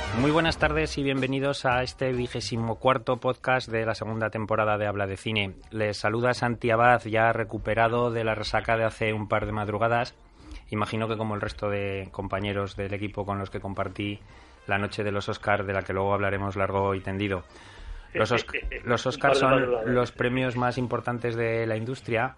Muy buenas tardes y bienvenidos a este 24º podcast de la segunda temporada de Habla de Cine. Les saluda Santi Abad, ya recuperado de la resaca de hace un par de madrugadas. Imagino que como el resto de compañeros del equipo con los que compartí la noche de los Oscars, de la que luego hablaremos largo y tendido. Los Oscars son los premios más importantes de la industria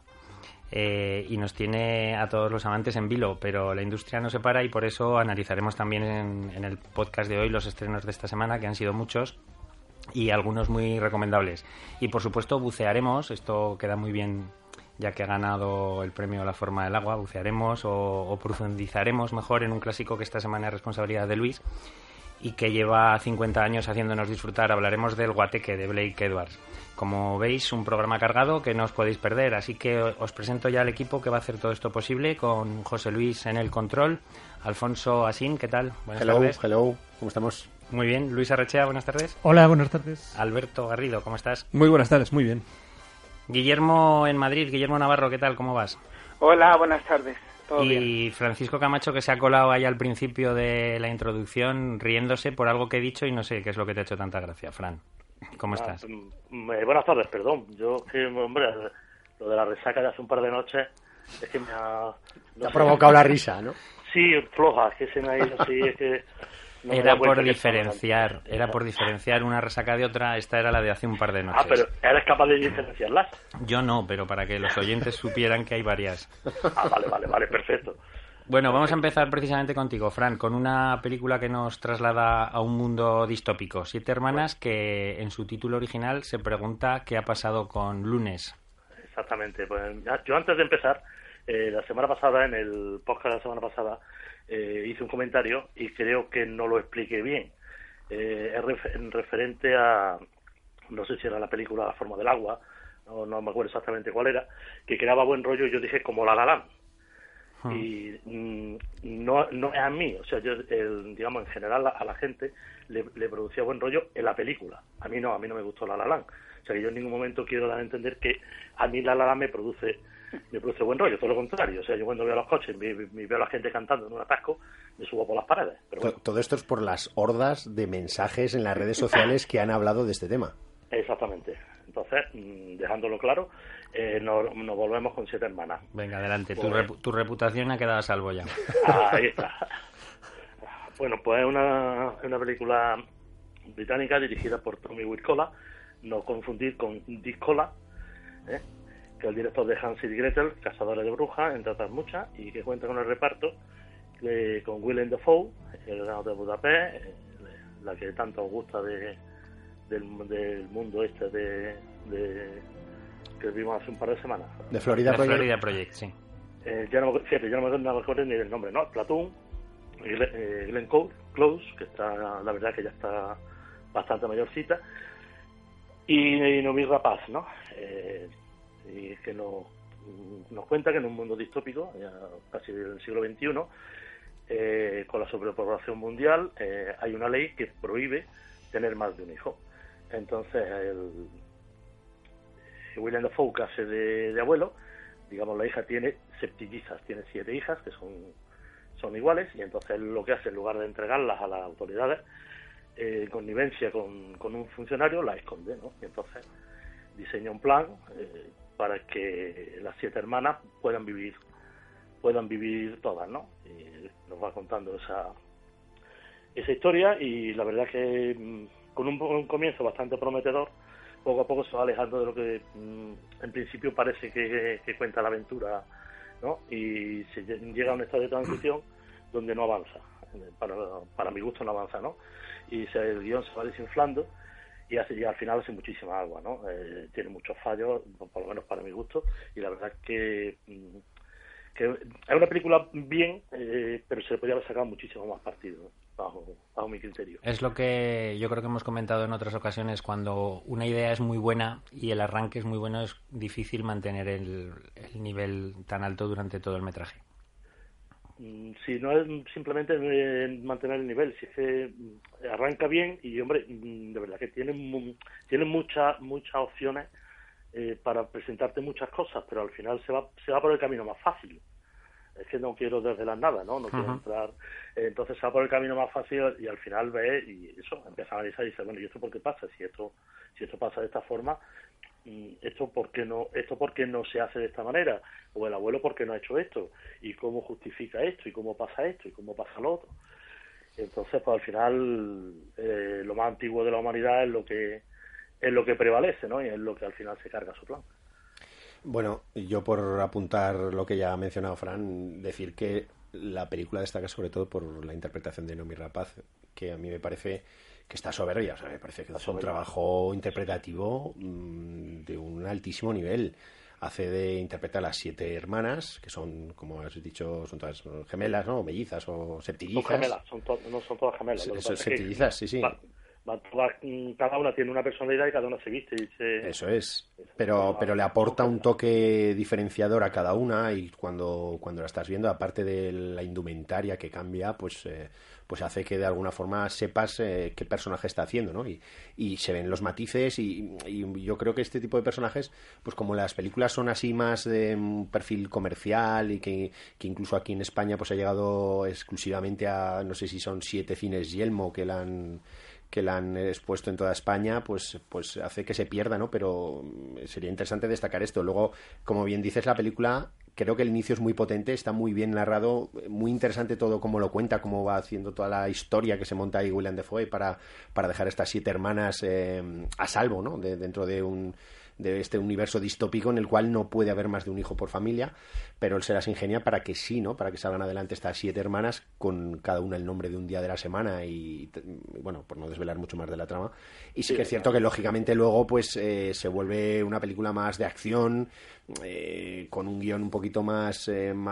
y nos tiene a todos los amantes en vilo, pero la industria no se para y por eso analizaremos también en el podcast de hoy los estrenos de esta semana, que han sido muchos y algunos muy recomendables. Y por supuesto bucearemos, esto queda muy bien ya que ha ganado el premio La forma del agua, bucearemos o profundizaremos mejor en un clásico que esta semana es responsabilidad de Luis y que lleva 50 años haciéndonos disfrutar. Hablaremos del Guateque de Blake Edwards. Como veis, un programa cargado que no os podéis perder, así que os presento ya al equipo que va a hacer todo esto posible, con José Luis en el control, Alfonso Asín, ¿qué tal? Buenas tardes. Hello, ¿cómo estamos? Muy bien. Luis Arrechea, buenas tardes. Hola, buenas tardes. Alberto Garrido, ¿cómo estás? Muy buenas tardes, muy bien. Guillermo en Madrid, Guillermo Navarro, ¿qué tal? ¿Cómo vas? Hola, buenas tardes. ¿Todo y bien? Francisco Camacho, que se ha colado ahí al principio de la introducción riéndose por algo que he dicho y no sé qué es lo que te ha hecho tanta gracia. Fran, ¿cómo estás? Buenas tardes, perdón. Yo, hombre, lo de la resaca de hace un par de noches es que me ha... Te ha provocado la risa, ¿no? Sí, floja, es que se me ha ido así, es que... No era por diferenciar una resaca de otra. Esta era la de hace un par de noches. Ah, pero ¿eres capaz de diferenciarlas? Yo no, pero para que los oyentes supieran que hay varias. Ah, vale, perfecto. Bueno, vamos a empezar precisamente contigo, Fran, con una película que nos traslada a un mundo distópico. 7 hermanas, que en su título original se pregunta qué ha pasado con Lunes. Exactamente. Pues yo antes de empezar, la semana pasada, en el podcast de la semana pasada, hice un comentario y creo que no lo expliqué bien. Es referente a, no sé si era la película La forma del agua, no me acuerdo exactamente cuál era, que creaba buen rollo y yo dije como La La Land. Y no es a mí, o sea, yo digamos en general a la gente le producía buen rollo en la película. A mí no me gustó La La Land. O sea, que yo en ningún momento quiero dar a entender que a mí La La Land me produce buen rollo, todo lo contrario. O sea, yo cuando veo los coches, veo a la gente cantando en un atasco, me subo por las paredes. Pero bueno. Todo esto es por las hordas de mensajes en las redes sociales que han hablado de este tema. Exactamente. Entonces, dejándolo claro, nos volvemos con 7 hermanas. Venga, adelante. Tu reputación ha quedado a salvo ya. Ahí está. Bueno, pues es una película británica dirigida por Tommy Wirkola, no confundir con Dick Kola, que es el director de Hansel y Gretel, Cazadores de Brujas, entre otras muchas, y que cuenta con el reparto con Willem Dafoe, el Grano de Budapest, la que tanto os gusta del mundo este que vimos hace un par de semanas. De Florida Project. Florida Project, sí. Ya no me acuerdo ni del nombre, ¿no? Platoon, Glenn Close, que está, la verdad que ya está bastante mayorcita, y Nomi Rapaz, ¿no? Y que nos cuenta que en un mundo distópico, ya casi del siglo XXI, con la sobrepoblación mundial, hay una ley que prohíbe tener más de un hijo. Entonces, William Dafoe, que hace de abuelo, digamos, la hija tiene septillizas, tiene 7 hijas que son iguales, y entonces lo que hace, en lugar de entregarlas a las autoridades, connivencia con un funcionario, la esconde, ¿no? Y entonces diseña un plan para que las 7 hermanas puedan vivir todas, ¿no? Y nos va contando esa historia, y la verdad que con un comienzo bastante prometedor, poco a poco se va alejando de lo que en principio parece que cuenta la aventura, ¿no? Y se llega a un estado de transición donde no avanza, para mi gusto no avanza, ¿no? Y el guión se va desinflando y al final hace muchísima agua, ¿no? Tiene muchos fallos, por lo menos para mi gusto, y la verdad que es una película bien, pero se le podría haber sacado muchísimo más partido, ¿no? bajo mi criterio. Es lo que yo creo que hemos comentado en otras ocasiones: cuando una idea es muy buena y el arranque es muy bueno, es difícil mantener el nivel tan alto durante todo el metraje. Si no es simplemente mantener el nivel, si es que arranca bien y, hombre, de verdad que tiene muchas opciones para presentarte muchas cosas, pero al final se va por el camino más fácil. es que no quiero desvelar nada, ¿no? No quiero entrar. Entonces se va por el camino más fácil y al final ve y eso, empieza a analizar y dice, bueno, ¿y esto por qué pasa? Si esto pasa de esta forma, ¿esto por qué no se hace de esta manera? O el abuelo, ¿por qué no ha hecho esto? ¿Y cómo justifica esto? ¿Y cómo pasa esto? ¿Y cómo pasa lo otro? Entonces, pues al final, lo más antiguo de la humanidad es lo que prevalece, ¿no? Y es lo que al final se carga su plan. Bueno, yo por apuntar lo que ya ha mencionado Fran, decir que la película destaca sobre todo por la interpretación de Noomi Rapaz, que a mí me parece que está soberbia, o sea, me parece que es un trabajo interpretativo de un altísimo nivel. Interpreta a las 7 hermanas, que son, como has dicho, son todas gemelas, ¿no? O mellizas o septillizas. Son gemelas, no son todas gemelas. Son septillizas, sí. Cada una tiene una personalidad y cada una se viste y se... Eso es, pero le aporta un toque diferenciador a cada una y cuando la estás viendo, aparte de la indumentaria que cambia, pues hace que de alguna forma sepas qué personaje está haciendo, ¿no? Y se ven los matices y yo creo que este tipo de personajes, pues como las películas son así más de un perfil comercial y que incluso aquí en España pues ha llegado exclusivamente a, no sé si son 7 cines Yelmo que la han expuesto en toda España, pues hace que se pierda, ¿no? Pero sería interesante destacar esto. Luego, como bien dices, la película, creo que el inicio es muy potente, está muy bien narrado, muy interesante todo cómo lo cuenta, cómo va haciendo toda la historia que se monta ahí Willem Dafoe para dejar estas 7 hermanas a salvo, ¿no? Dentro de este universo distópico en el cual no puede haber más de un hijo por familia, pero él se las ingenia para que sí, ¿no? Para que salgan adelante estas 7 hermanas con cada una el nombre de un día de la semana y bueno, por no desvelar mucho más de la trama. Y sí que es cierto que lógicamente luego pues se vuelve una película más de acción, con un guión un poquito más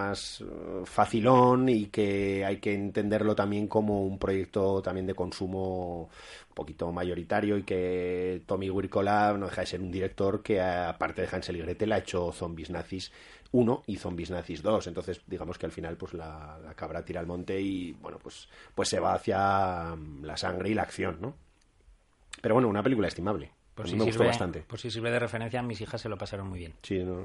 facilón y que hay que entenderlo también como un proyecto también de consumo un poquito mayoritario y que Tommy Wirkola no deja de ser un director que aparte de Hansel y Gretel ha hecho Zombies Nazis 1 y Zombies Nazis 2, entonces digamos que al final pues la cabra tira al monte y bueno pues se va hacia la sangre y la acción, ¿no? Pero bueno, una película estimable. Me gustó bastante. Por si sirve de referencia, mis hijas se lo pasaron muy bien. Sí, no.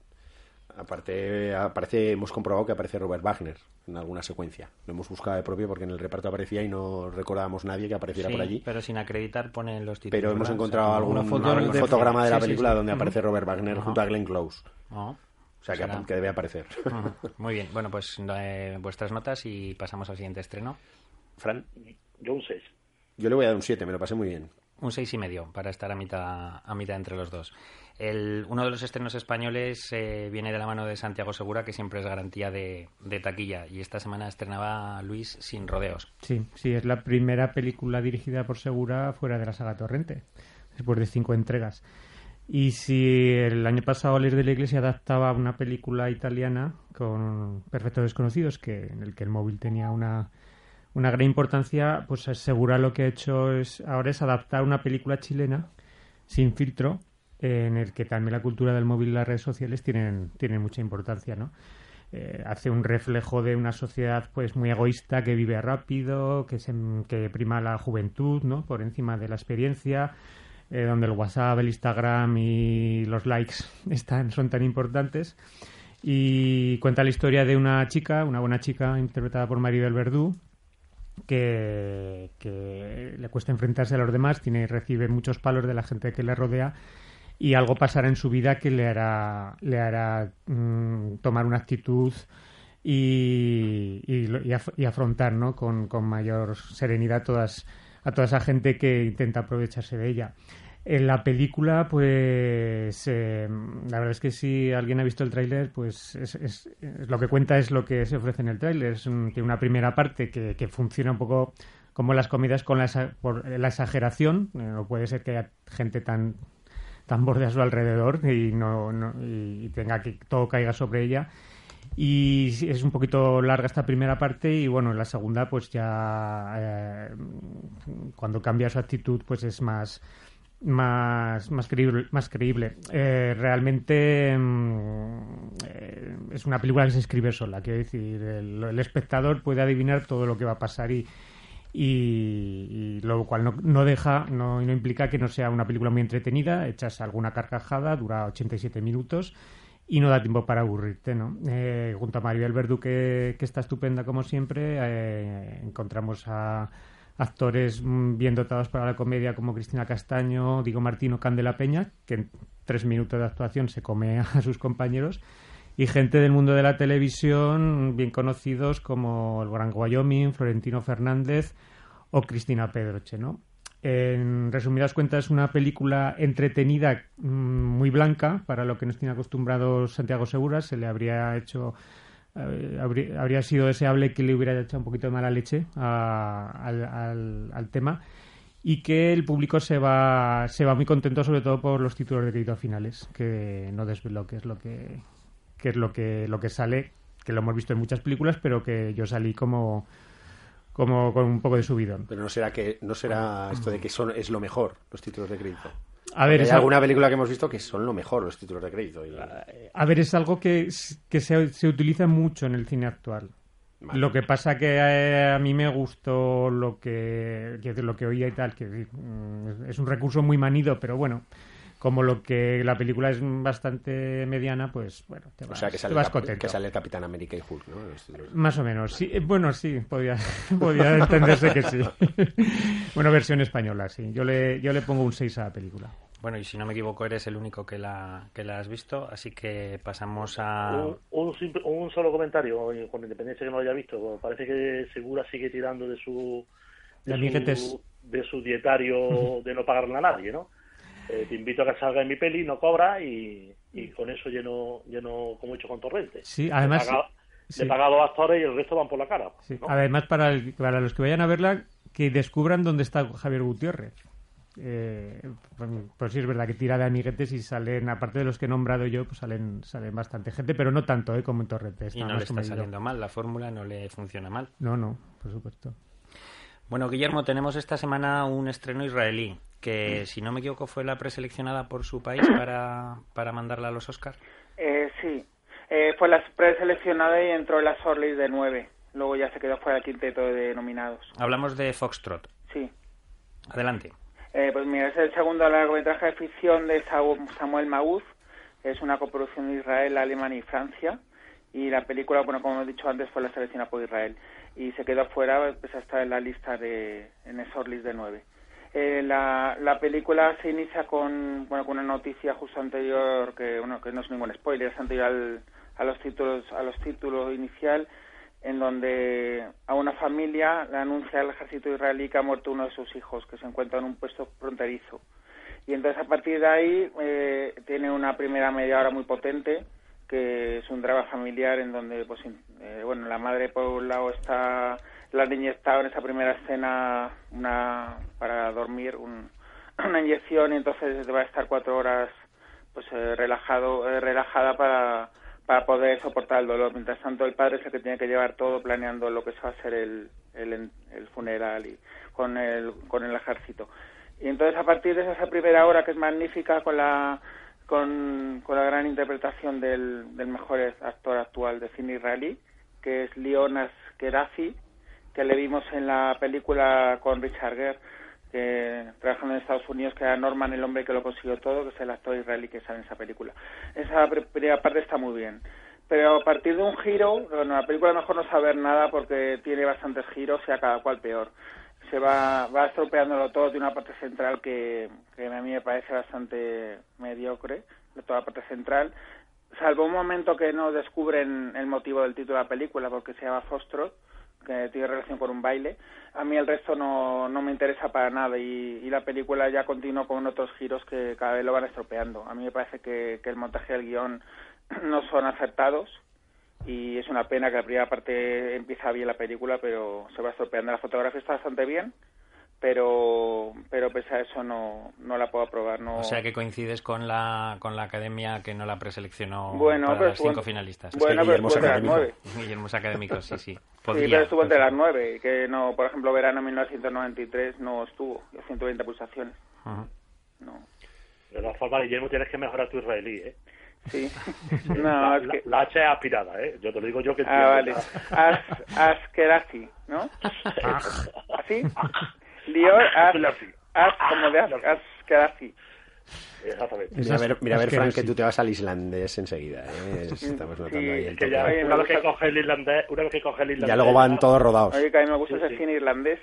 Aparte, hemos comprobado que aparece Robert Wagner en alguna secuencia. Lo hemos buscado de propio porque en el reparto aparecía y no recordábamos nadie que apareciera por allí. Pero sin acreditar ponen los títulos. Pero hemos encontrado algún fotograma de la película donde aparece Robert Wagner junto a Glenn Close. O sea, que debe aparecer. Muy bien. Bueno, pues vuestras notas y pasamos al siguiente estreno. Fran. Yo un 6. Yo le voy a dar un 7, me lo pasé muy bien. Un 6,5 para estar a mitad entre los dos. Uno de los estrenos españoles viene de la mano de Santiago Segura, que siempre es garantía de taquilla. Y esta semana estrenaba Luis Sin Rodeos. Sí, es la primera película dirigida por Segura fuera de la saga Torrente, después de 5 entregas. Y si el año pasado Les de la Iglesia adaptaba una película italiana con Perfectos Desconocidos, en el que el móvil tenía una gran importancia, pues Segura lo que ha hecho ahora es adaptar una película chilena sin filtro, en el que también la cultura del móvil y las redes sociales tienen mucha importancia, ¿no? Hace un reflejo de una sociedad pues muy egoísta que vive rápido, que prima la juventud, ¿no? Por encima de la experiencia, donde el WhatsApp, el Instagram y los likes son tan importantes. Y cuenta la historia de una buena chica interpretada por Maribel Verdú, que le cuesta enfrentarse a los demás, recibe muchos palos de la gente que le rodea y algo pasará en su vida que le hará tomar una actitud y afrontar, ¿no? con mayor serenidad a toda esa gente que intenta aprovecharse de ella. En la película, pues la verdad es que si alguien ha visto el tráiler, pues es lo que cuenta es lo que se ofrece en el tráiler. Tiene una primera parte que funciona un poco como las comedias por la exageración. No puede ser que haya gente tan borde a su alrededor y tenga que todo caiga sobre ella. Y es un poquito larga esta primera parte y bueno, en la segunda pues ya cuando cambia su actitud pues es más creíble. Realmente es una película que se escribe sola, quiero decir, el espectador puede adivinar todo lo que va a pasar y lo cual no implica que no sea una película muy entretenida, echas alguna carcajada, dura 87 minutos y no da tiempo para aburrirte, ¿no? Junto a Maribel Verdú, que está estupenda como siempre, encontramos a actores bien dotados para la comedia como Cristina Castaño, Diego Martino, Candela Peña, que en 3 minutos de actuación se come a sus compañeros, y gente del mundo de la televisión bien conocidos como el Gran Wyoming, Florentino Fernández o Cristina Pedroche, ¿no? En resumidas cuentas, es una película entretenida, muy blanca, para lo que nos tiene acostumbrado Santiago Segura. Se le habría hecho... habría sido deseable que le hubiera echado un poquito de mala leche al tema, y que el público se va muy contento, sobre todo por los títulos de crédito finales, que no desvelo qué es lo que sale, que lo hemos visto en muchas películas, pero que yo salí como con un poco de subidón. Pero no será esto de que es lo mejor los títulos de crédito. A ver, hay alguna película que hemos visto que son lo mejor los títulos de crédito. A ver, es algo que se utiliza mucho en el cine actual. Vale. Lo que pasa que a mí me gustó lo que oía y tal, que es un recurso muy manido, pero bueno, como la película es bastante mediana, pues bueno, te vas contento. Que sale el Capitán América y Hulk, ¿no? Más o menos, sí. Bueno, sí, podía entenderse que sí. Bueno, versión española, sí. Yo le pongo un 6 a la película. Bueno, y si no me equivoco, eres el único que la has visto, así que pasamos a... Un solo comentario, con independencia que no lo haya visto. Parece que Segura sigue tirando de su dietario de no pagarle a nadie, ¿no? Te invito a que salga en mi peli, no cobra, y con eso lleno como he hecho con Torrente. Sí, además... Le he pagado a los actores y el resto van por la cara. Sí. ¿No? Además, para los que vayan a verla, que descubran dónde está Javier Gutiérrez. Pues sí, es verdad que tira de amiguetes y salen, aparte de los que he nombrado yo, pues salen bastante gente, pero no tanto como en Torrente. Y no le está saliendo mal, la fórmula no le funciona mal. No, por supuesto. Bueno, Guillermo, tenemos esta semana un estreno israelí, que si no me equivoco fue la preseleccionada por su país para mandarla a los Oscars. Sí, fue la preseleccionada y entró en las shortlist de 9. Luego ya se quedó fuera del quinteto de nominados. Hablamos de Foxtrot. Sí. Adelante. Pues mira, es el segundo largometraje de ficción de Samuel Maouz. Es una coproducción de Israel, Alemania y Francia. Y la película, bueno, como he dicho antes, fue la seleccionada por Israel. Y se quedó fuera, pues está en la lista en el shortlist de 9. La película se inicia con una noticia justo anterior, que no es ningún spoiler, es anterior a los títulos inicial, en donde a una familia le anuncia al ejército israelí que ha muerto uno de sus hijos, que se encuentra en un puesto fronterizo. Y entonces a partir de ahí tiene una primera media hora muy potente, que es un drama familiar en donde la madre por un lado le han inyectado en esa primera escena para dormir una inyección, y entonces va a estar 4 horas relajada para poder soportar el dolor. Mientras tanto, el padre es el que tiene que llevar todo, planeando lo que se va a hacer el funeral y con el ejército. Y entonces, a partir de esa primera hora, que es magnífica, con la gran interpretación del mejor actor actual de cine israelí, que es Lion Ashkenazi, que le vimos en la película con Richard Gere, que trabajando en Estados Unidos, que era Norman, el hombre que lo consiguió todo, que es el actor israelí que sale en esa película. Esa primera parte está muy bien, pero a partir de un giro, la película mejor no saber nada porque tiene bastantes giros y a cada cual peor. Se va estropeándolo todo de una parte central que a mí me parece bastante mediocre, de toda la parte central, salvo un momento que no descubren el motivo del título de la película, porque se llama Foxtrot, que tiene relación con un baile. A mí el resto no me interesa para nada, y la película ya continúa con otros giros que cada vez lo van estropeando. A mí me parece que el montaje del guión no son acertados, y es una pena que la primera parte empieza bien la película, pero se va estropeando. La fotografía está bastante bien, pero pese a eso no la puedo aprobar. No... O sea que coincides con la academia que no la preseleccionó para las 5 finalistas. Bueno, pero estuvo entre las 9. Guillermo es académico, sí. Sí, pero estuvo entre las 9, que no, por ejemplo, verano 1993 no estuvo, 120 pulsaciones. Uh-huh. No. De todas formas, Guillermo, tienes que mejorar tu israelí, ¿eh? Sí. No, es que... La H es aspirada, ¿eh? Yo te lo digo yo que entiendo. Vale. Ashkenazi, ¿no? ¿Así? Lior como de Ashkenazi. Exactamente. Mira a ver, Frank, que tú te vas al islandés enseguida, ¿eh? Estamos notando ahí el que toque. ya, una vez que coge el irlandés, ya luego van todos rodados. Oye, que a mí me gusta ese cine irlandés,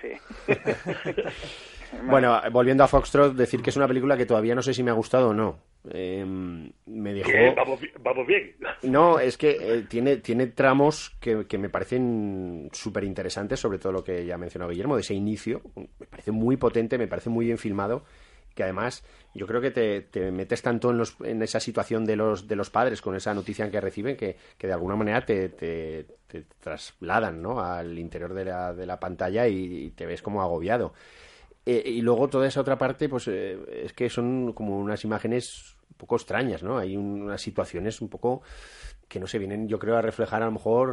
Bueno, volviendo a Foxtrot, decir que es una película que todavía no sé si me ha gustado o no. Me dejó... Vamos bien. No, es que tiene tramos que me parecen súper interesantes, sobre todo lo que ya ha mencionado Guillermo, de ese inicio. Me parece muy potente, me parece muy bien filmado, que además yo creo que te metes tanto en esa situación de los padres con esa noticia que reciben que de alguna manera te trasladan, ¿no?, al interior de la pantalla y te ves como agobiado. Y luego toda esa otra parte, pues es que son como unas imágenes un poco extrañas, ¿no? Hay unas situaciones un poco que no se vienen, yo creo, a reflejar a lo mejor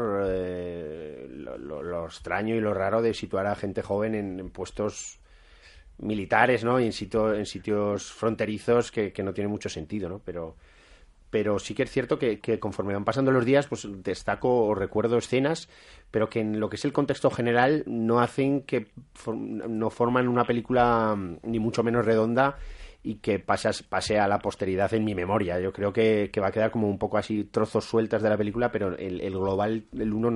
lo extraño y lo raro de situar a gente joven en puestos militares, ¿no? Y en sitios fronterizos que no tienen mucho sentido, ¿no? Pero sí que es cierto que conforme van pasando los días, pues destaco o recuerdo escenas, pero que en lo que es el contexto general no hacen no forman una película ni mucho menos redonda y que pase a la posteridad en mi memoria. Yo creo que va a quedar como un poco así trozos sueltas de la película, pero el global, el uno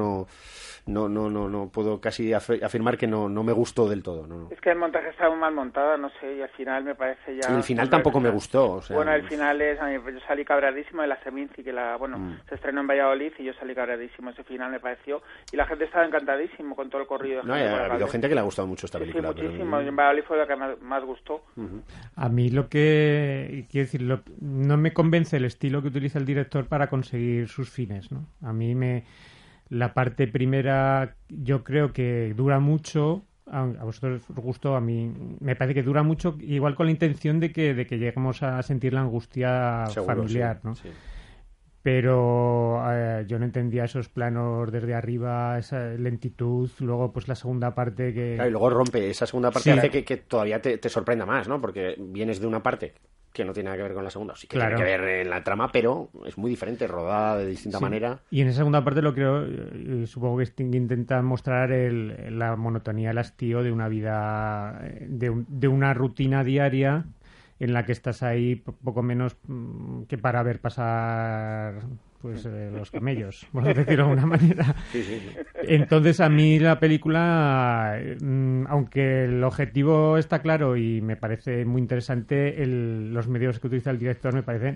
no puedo casi afirmar que no me gustó del todo. No. Es que el montaje estaba muy mal montado, no sé, y al final me parece ya... Y el final tampoco me gustó. O sea, bueno, el final yo salí cabreadísimo de la Seminci, que se estrenó en Valladolid y yo salí cabreadísimo. Ese final me pareció... Y la gente estaba encantadísimo con todo el corrido. No, ha habido gente que le ha gustado mucho esta película. Sí, muchísimo. En Valladolid fue la que más gustó. A mí lo que... Quiero decir, no me convence el estilo que utiliza el director para conseguir sus fines, ¿no? A mí la parte primera yo creo que dura mucho, a vosotros os gustó, a mí me parece que dura mucho, igual con la intención de que lleguemos a sentir la angustia familiar, ¿no? Sí. Pero yo no entendía esos planos desde arriba, esa lentitud, luego pues la segunda parte que... Claro, y luego rompe, esa segunda parte hace que todavía te sorprenda más, ¿no? Porque vienes de una parte que no tiene nada que ver con la segunda, sí que tiene que ver en la trama, pero es muy diferente, rodada de distinta manera. Y en esa segunda parte lo creo, supongo que Sting intenta mostrar la monotonía, el hastío de una vida, de una rutina diaria en la que estás ahí poco menos que para ver pasar pues los camellos, por decirlo de alguna manera. Sí. Entonces a mí la película, aunque el objetivo está claro y me parece muy interesante, los medios que utiliza el director me parecen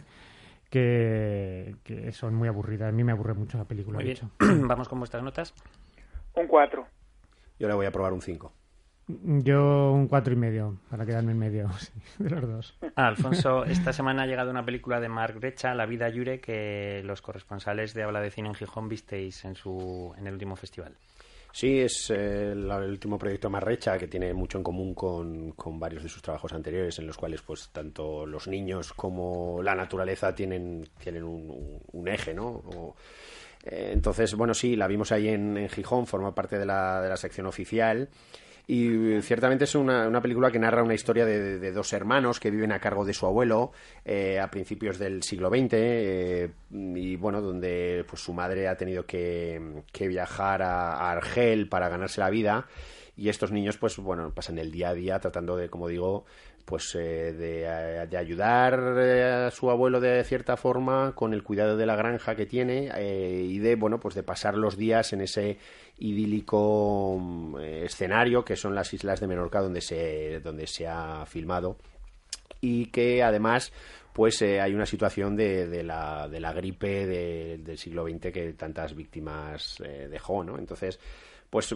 que son muy aburridas. A mí me aburre mucho la película. Muy bien. Vamos con vuestras notas. Un 4. Yo le voy a probar un 5. Yo un 4,5, para quedarme en medio de los dos. Alfonso, esta semana ha llegado una película de Marc Breccia, La vida Llure, que los corresponsales de Habla de Cine en Gijón visteis en el último festival. Sí, es el último proyecto de Marc Breccia, que tiene mucho en común con varios de sus trabajos anteriores, en los cuales pues tanto los niños como la naturaleza tienen un eje, ¿no? Entonces, bueno, sí, la vimos ahí en Gijón, forma parte de la sección oficial. Y ciertamente es una película que narra una historia de dos hermanos que viven a cargo de su abuelo a principios del siglo XX y bueno, donde pues su madre ha tenido que viajar a Argel para ganarse la vida y estos niños pues bueno, pasan el día a día tratando de, como digo, pues de ayudar a su abuelo de cierta forma con el cuidado de la granja que tiene y de bueno, pues de pasar los días en ese idílico escenario que son las islas de Menorca donde se ha filmado y que además pues hay una situación de la gripe del siglo XX que tantas víctimas dejó, ¿no? Entonces pues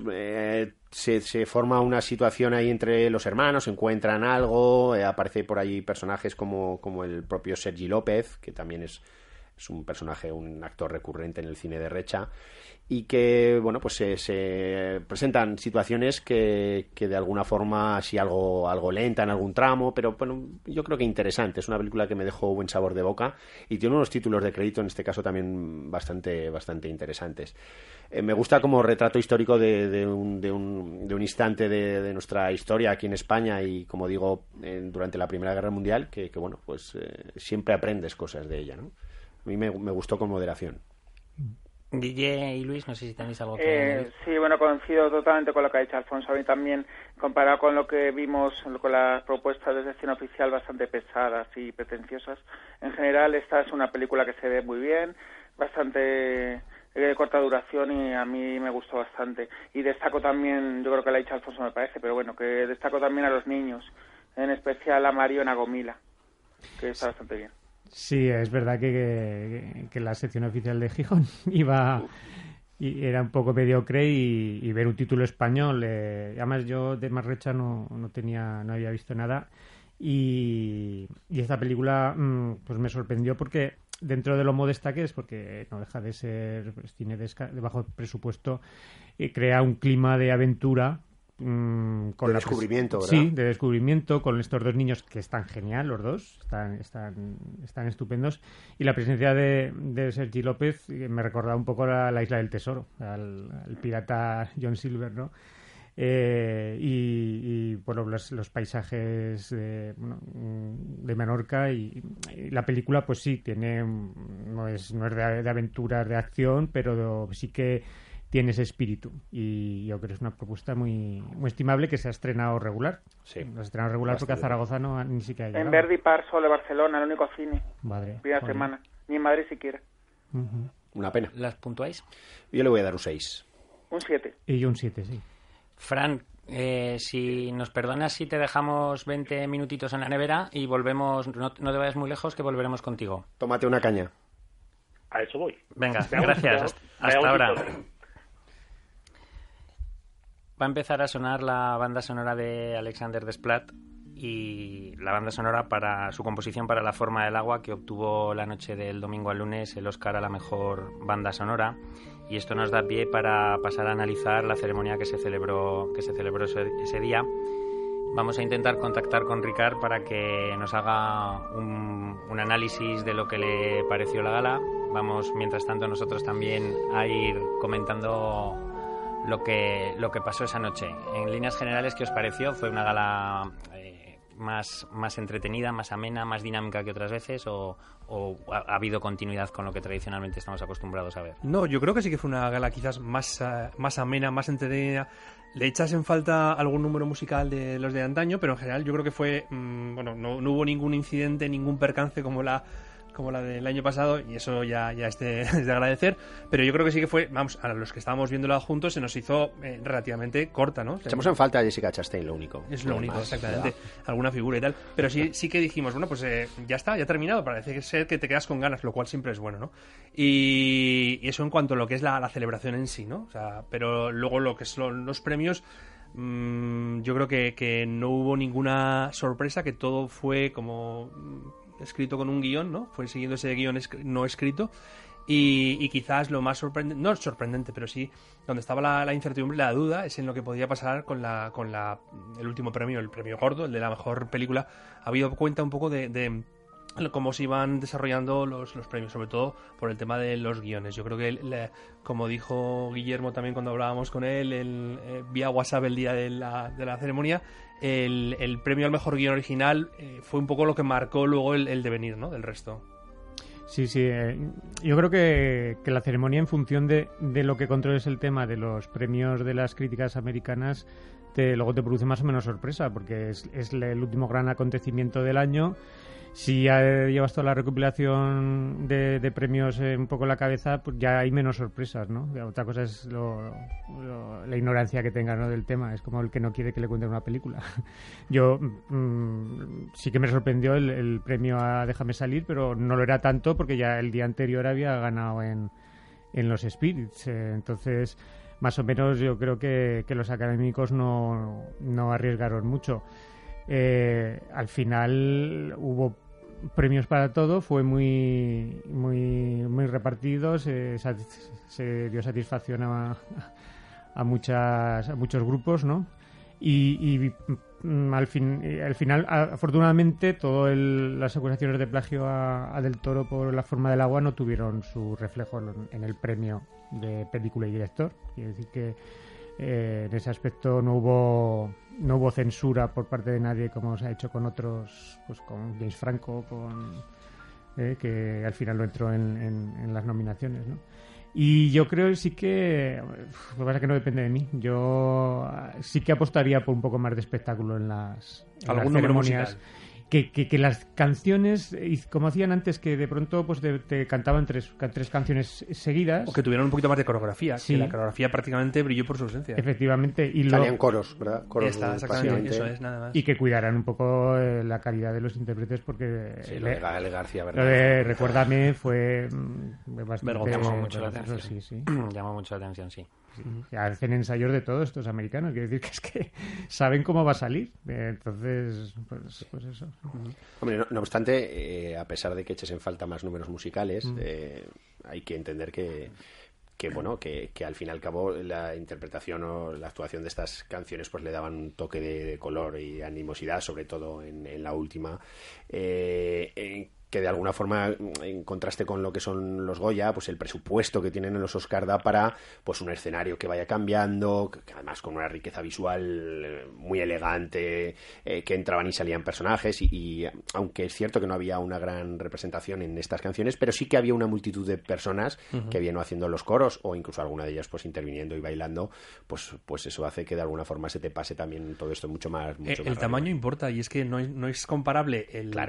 se forma una situación ahí entre los hermanos, encuentran algo, aparece por ahí personajes como el propio Sergi López, que también es un personaje, un actor recurrente en el cine de Breccia, y que, bueno, pues se presentan situaciones que de alguna forma, así algo lenta en algún tramo, pero bueno, yo creo que interesante. Es una película que me dejó buen sabor de boca y tiene unos títulos de crédito, en este caso también bastante interesantes. Me gusta como retrato histórico de un instante de nuestra historia aquí en España y, como digo, durante la Primera Guerra Mundial, que bueno, pues siempre aprendes cosas de ella, ¿no? A mí me gustó con moderación. Guille y Luis, no sé si tenéis algo que añadir. Sí, bueno, coincido totalmente con lo que ha dicho Alfonso. A mí también, comparado con lo que vimos, con las propuestas de sección oficial bastante pesadas y pretenciosas, en general esta es una película que se ve muy bien, bastante de corta duración, y a mí me gustó bastante. Y destaco también, yo creo que lo ha dicho Alfonso, me parece, pero bueno, que destaco también a los niños, en especial a Mario Nagomila, que está bastante bien. Sí, es verdad que la sección oficial de Gijón iba y era un poco mediocre, y ver un título español, además yo de Marrecha no había visto nada, y esta película pues me sorprendió porque dentro de lo modesta que es, porque no deja de ser pues, cine de bajo presupuesto, crea un clima de aventura. Con de descubrimiento, ¿verdad? Sí, de descubrimiento, con estos dos niños que están genial, los dos, están estupendos, y la presencia de Sergi López me recordaba un poco a la Isla del Tesoro, al pirata John Silver, ¿no? Y bueno, los paisajes de Menorca, y la película pues sí, no es de aventuras, de acción, pero sí que tiene ese espíritu, y yo creo que es una propuesta muy estimable, que se ha estrenado regular. Sí. Se ha estrenado regular porque a Zaragoza ni siquiera ha llegado. En Verdi Parso de Barcelona, el único cine. Madre. Primera semana. Ni en Madrid siquiera. Uh-huh. Una pena. ¿Las puntuáis? Yo le voy a dar un 6. Un 7. Y yo un 7, sí. Fran, si nos perdonas si te dejamos 20 minutitos en la nevera y volvemos, no te vayas muy lejos, que volveremos contigo. Tómate una caña. A eso voy. Venga, gracias. Hasta ahora. Va a empezar a sonar la banda sonora de Alexander Desplat, y la banda sonora para su composición para La forma del agua, que obtuvo la noche del domingo al lunes el Oscar a la mejor banda sonora. Y esto nos da pie para pasar a analizar la ceremonia que se celebró ese día. Vamos a intentar contactar con Ricard para que nos haga un análisis de lo que le pareció la gala. Vamos, mientras tanto, nosotros también a ir comentando lo que pasó esa noche. En líneas generales, ¿qué os pareció? ¿Fue una gala más entretenida, más amena, más dinámica que otras veces, o ha habido continuidad con lo que tradicionalmente estamos acostumbrados a ver? No, yo creo que sí que fue una gala quizás más amena, más entretenida. Le echas en falta algún número musical de los de antaño, pero en general yo creo que fue no hubo ningún incidente, ningún percance como la del año pasado, y eso ya es de agradecer, pero yo creo que sí que fue, vamos, a los que estábamos viéndola juntos se nos hizo relativamente corta, ¿no? Echamos en falta a Jessica Chastain, lo único. Es lo único, exactamente. Alguna figura y tal, pero sí que dijimos, bueno, pues ya está, ya ha terminado, parece ser que te quedas con ganas, lo cual siempre es bueno, ¿no? Y eso en cuanto a lo que es la celebración en sí, ¿no? O sea, pero luego lo que son los premios, yo creo que no hubo ninguna sorpresa, que todo fue como escrito con un guión, ¿no? Fue siguiendo ese guión no escrito, y quizás lo más sorprendente, no sorprendente, pero sí donde estaba la incertidumbre, la duda, es en lo que podía pasar con el último premio, el premio gordo, el de la mejor película. Ha habido cuenta un poco de cómo se iban desarrollando los premios, sobre todo por el tema de los guiones. Yo creo que, como dijo Guillermo también cuando hablábamos con él vía WhatsApp el día de la ceremonia, el premio al mejor guion original fue un poco lo que marcó luego el devenir, ¿no?, del resto. Sí, yo creo que la ceremonia, en función de lo que controles el tema de los premios de las críticas americanas, luego te produce más o menos sorpresa, porque es el último gran acontecimiento del año. Si ya llevas toda la recopilación de premios un poco en la cabeza, pues ya hay menos sorpresas, ¿no? Otra cosa es la ignorancia que tengas, ¿no?, del tema. Es como el que no quiere que le cuenten una película. Yo sí que me sorprendió el premio a Déjame salir, pero no lo era tanto porque ya el día anterior había ganado en los Spirits. Entonces, más o menos yo creo que los académicos no arriesgaron mucho. Al final hubo premios para todo, fue muy repartido, se dio satisfacción a muchos grupos, ¿no? Y al final, afortunadamente, todas las acusaciones de plagio a Del Toro por La forma del agua no tuvieron su reflejo en el premio de película y director. Quiere decir que en ese aspecto no hubo censura por parte de nadie, como se ha hecho con otros, pues con James Franco, que al final lo entró en las nominaciones, ¿no? Y yo creo sí que... Lo que pasa es que no depende de mí. Yo sí que apostaría por un poco más de espectáculo en las ceremonias. Que las canciones, como hacían antes, que de pronto pues te cantaban tres canciones seguidas. O que tuvieran un poquito más de coreografía. Sí. Que la coreografía prácticamente brilló por su ausencia. Efectivamente. Y salían coros, ¿verdad? Coros, exactamente, eso es, nada más. Y que cuidaran un poco la calidad de los intérpretes, porque... Sí, lo de Gael García, ¿verdad? Lo de Recuérdame fue bastante... Llamó mucho la atención. Sí. Llamó mucho la atención, sí. Hacen ensayos de todo estos americanos, quiere decir que es que saben cómo va a salir. Entonces, pues eso. Hombre, no obstante, a pesar de que eches en falta más números musicales, hay que entender que al fin y al cabo la interpretación o la actuación de estas canciones pues le daban un toque de color y animosidad, sobre todo en la última, que de alguna forma, en contraste con lo que son los Goya, pues el presupuesto que tienen en los Oscar da para pues un escenario que vaya cambiando, que además con una riqueza visual muy elegante, que entraban y salían personajes, y aunque es cierto que no había una gran representación en estas canciones, pero sí que había una multitud de personas que vieron haciendo los coros, o incluso alguna de ellas pues interviniendo y bailando, pues eso hace que de alguna forma se te pase también todo esto mucho más el tamaño importa, y es que no es comparable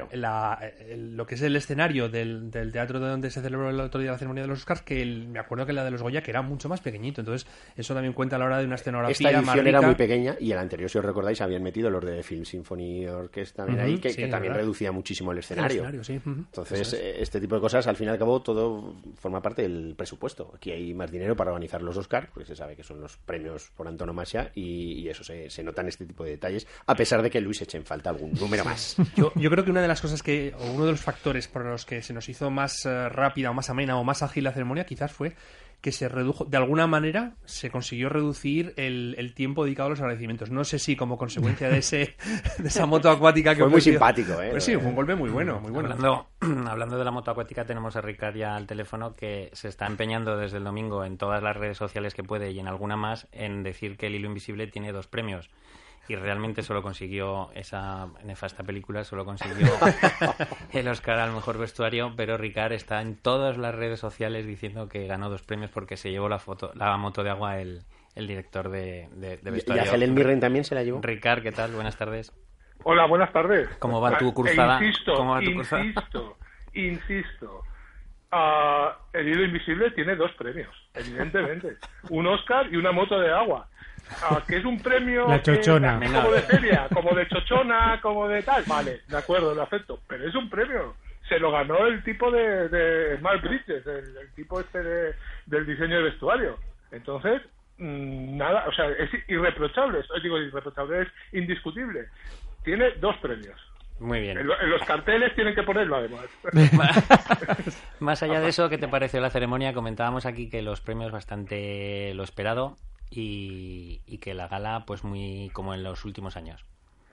lo que es el escenario del teatro de donde se celebró el otro día la ceremonia de los Oscars, que me acuerdo que la de los Goya, que era mucho más pequeñito. Entonces eso también cuenta a la hora de una escenografía. Esta edición más rica. era muy pequeña, y el anterior, si os recordáis, habían metido los de Film Symphony Orchestra ahí, que también reducía muchísimo el escenario. Sí. Entonces, este tipo de cosas, al fin y al cabo, todo forma parte del presupuesto. Aquí hay más dinero para organizar los Oscars, porque se sabe que son los premios por antonomasia, y eso se nota en este tipo de detalles, a pesar de que Luis eche en falta algún número más. Yo creo que una de las cosas o uno de los factores por los que se nos hizo más rápida o más amena o más ágil la ceremonia quizás fue que se redujo, de alguna manera se consiguió reducir el tiempo dedicado a los agradecimientos. No sé si como consecuencia de esa moto acuática que fue muy simpático, Pues sí, fue un golpe muy bueno, muy bueno. Hablando de la moto acuática, tenemos a Ricard ya al teléfono, que se está empeñando desde el domingo en todas las redes sociales que puede y en alguna más en decir que El Hilo Invisible tiene 2 premios. Y realmente solo consiguió esa nefasta película, solo consiguió el Oscar al mejor vestuario, pero Ricard está en todas las redes sociales diciendo que ganó 2 premios porque se llevó la moto de agua el director de vestuario. ¿Y a Helen Mirren también se la llevó? Ricard, ¿qué tal? Buenas tardes. Hola, buenas tardes. ¿Cómo va tu cruzada? Insisto. El Hilo Invisible tiene 2 premios, evidentemente. Un Oscar y una moto de agua. Que es un premio la chochona, como de feria, como de chochona, como de tal, vale, de acuerdo, lo acepto, pero es un premio, se lo ganó el tipo de Mark Bridges, el tipo del diseño de vestuario. Entonces nada, o sea, es irreprochable, es indiscutible, tiene 2 premios. Muy bien. En los carteles tienen que ponerlo, además. Más allá de eso, ¿qué te pareció la ceremonia? Comentábamos aquí que los premios bastante lo esperado, y que la gala pues muy como en los últimos años.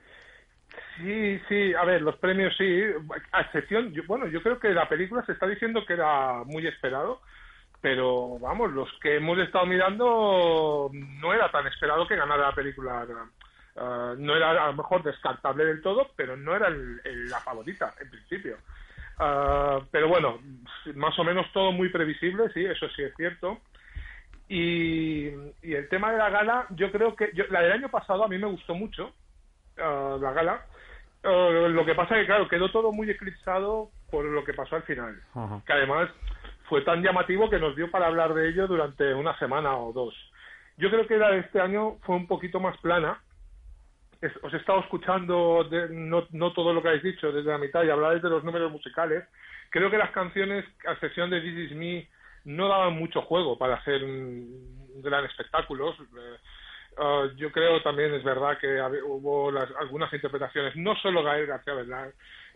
Sí, a ver, los premios sí, a excepción, yo creo que la película se está diciendo que era muy esperado, pero vamos, los que hemos estado mirando no era tan esperado que ganara la película. No era a lo mejor descartable del todo, pero no era la favorita en principio. Pero bueno, más o menos todo muy previsible, sí, eso sí es cierto. Y el tema de la gala, yo creo que la del año pasado a mí me gustó mucho, la gala. Lo que pasa es que, claro, quedó todo muy eclipsado por lo que pasó al final. Uh-huh. Que además fue tan llamativo que nos dio para hablar de ello durante una semana o 2. Yo creo que la de este año fue un poquito más plana. Os he estado escuchando no todo lo que habéis dicho desde la mitad y habláis de los números musicales. Creo que las canciones, a excepción de This Is Me, no daban mucho juego para hacer un gran espectáculo. Yo creo también, es verdad, que hubo algunas interpretaciones, no solo Gael García Bernal,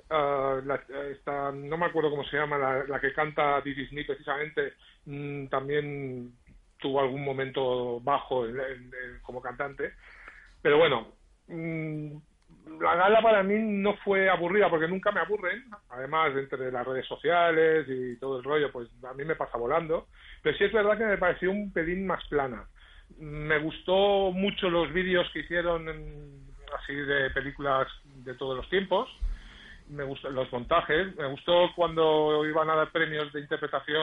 no me acuerdo cómo se llama, la que canta This Is Me precisamente, también tuvo algún momento bajo como cantante. Pero bueno, la gala para mí no fue aburrida, porque nunca me aburren, además entre las redes sociales y todo el rollo, pues a mí me pasa volando, pero sí es verdad que me pareció un pelín más plana. Me gustó mucho los vídeos que hicieron así de películas de todos los tiempos, me gustan los montajes, me gustó cuando iban a dar premios de interpretación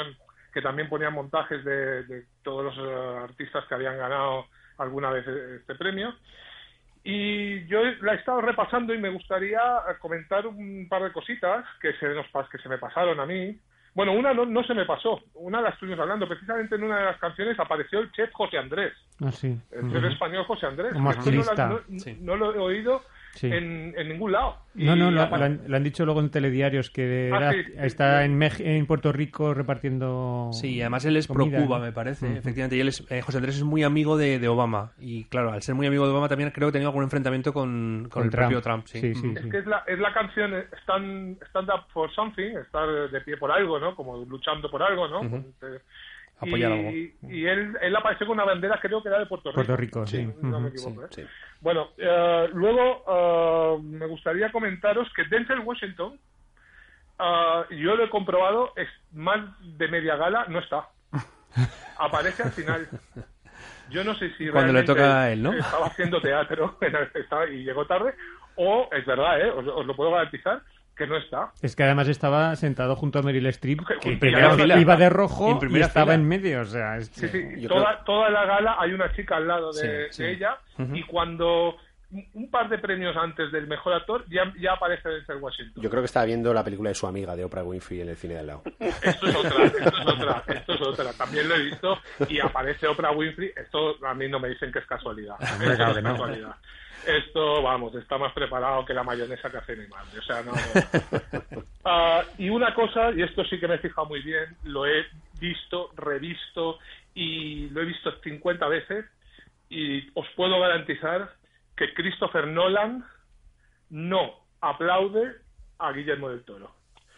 que también ponían montajes de todos los artistas que habían ganado alguna vez este premio. Y yo la he estado repasando y me gustaría comentar un par de cositas que se me pasaron a mí. Bueno, una no se me pasó, una la estuvimos hablando. Precisamente en una de las canciones apareció el chef José Andrés. Ah, sí. El chef español José Andrés. Como activista. No lo he oído sí. en ningún lado. No, lo han dicho luego en telediarios, que está en Puerto Rico repartiendo. Sí, además él es comida, pro-Cuba, ¿no? me parece, efectivamente. Y él José Andrés es muy amigo de Obama. Y claro, al ser muy amigo de Obama también creo que ha tenido algún enfrentamiento con el propio Trump. Sí. Es que es la canción Stand Up for Something, estar de pie por algo, ¿no? Como luchando por algo, ¿no? Apoyar algo. Y él apareció con una bandera, creo que era de Puerto Rico. Puerto Rico, sí. No me equivoco, Sí. Bueno, luego me gustaría comentaros que Denzel Washington, yo lo he comprobado, es más de media gala, no está. Aparece al final. Yo no sé si cuando le toca a él, ¿no? Estaba haciendo teatro y llegó tarde, o es verdad, os lo puedo garantizar, que no está. Es que además estaba sentado junto a Meryl Streep, que fila. iba de rojo En y estaba fila. en medio. O sea, Sí. Toda la gala hay una chica al lado de ella, y cuando un par de premios antes del mejor actor ya aparece Denzel Washington. Yo creo que estaba viendo la película de su amiga, de Oprah Winfrey, en el cine de al lado. Esto es otra. También lo he visto y aparece Oprah Winfrey. Esto a mí no me dicen que es casualidad. Claro que no. Casualidad. Esto, vamos, está más preparado que la mayonesa que hace mi madre. O sea, no. Y una cosa, y esto sí que me he fijado muy bien, lo he visto, revisto y lo he visto 50 veces, y os puedo garantizar que Christopher Nolan no aplaude a Guillermo del Toro.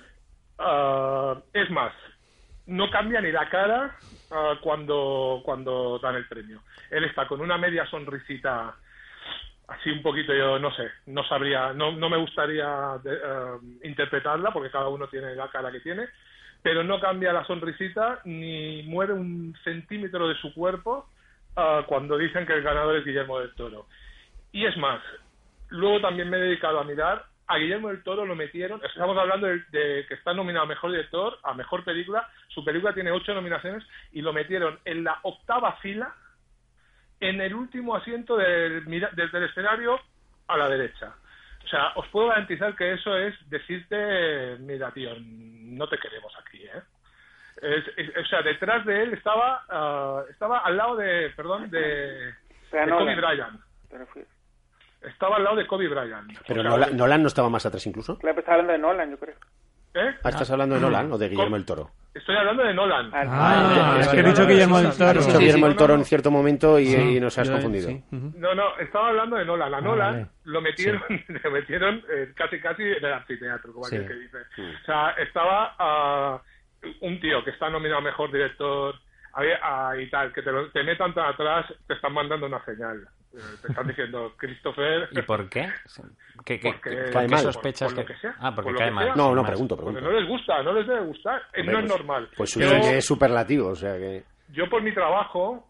Es más, no cambia ni la cara cuando dan el premio. Él está con una media sonrisita así un poquito, yo no sé, no sabría, no me gustaría interpretarla, porque cada uno tiene la cara que tiene, pero no cambia la sonrisita ni mueve un centímetro de su cuerpo cuando dicen que el ganador es Guillermo del Toro. Y es más, luego también me he dedicado a mirar, a Guillermo del Toro lo metieron, estamos hablando de que está nominado a Mejor Director, a Mejor Película, su película tiene 8 nominaciones, y lo metieron en la 8ª fila, en el último asiento desde el escenario a la derecha. O sea, os puedo garantizar que eso es decirte, mira, tío, no te queremos aquí, ¿eh? O sea, detrás de él estaba al lado de Kobe Bryant. Estaba al lado de Kobe Bryant. Pero Nolan no estaba más atrás incluso. Claro, estás hablando de Nolan, yo creo. ¿Estás hablando de Nolan o de Guillermo del Toro? Estoy hablando de Nolan. Es que he dicho Guillermo del Toro. Has dicho Guillermo del Toro en cierto momento y nos has confundido. Sí. No, estaba hablando de Nolan. A Nolan vale. lo metieron casi en el anfiteatro, como aquel que dice. Sí. O sea, estaba un tío que está nominado a Mejor Director y tal, que te metan tan atrás, te están mandando una señal. Te están diciendo, Christopher... ¿Y por qué? ¿Qué cae mal. sospechas? Por lo que sea. Porque Por lo cae que mal. sea. No, Más. pregunto. Porque no les gusta, no les debe gustar. Hombre, no es normal. Pues su cine es superlativo, o sea que... Yo por mi trabajo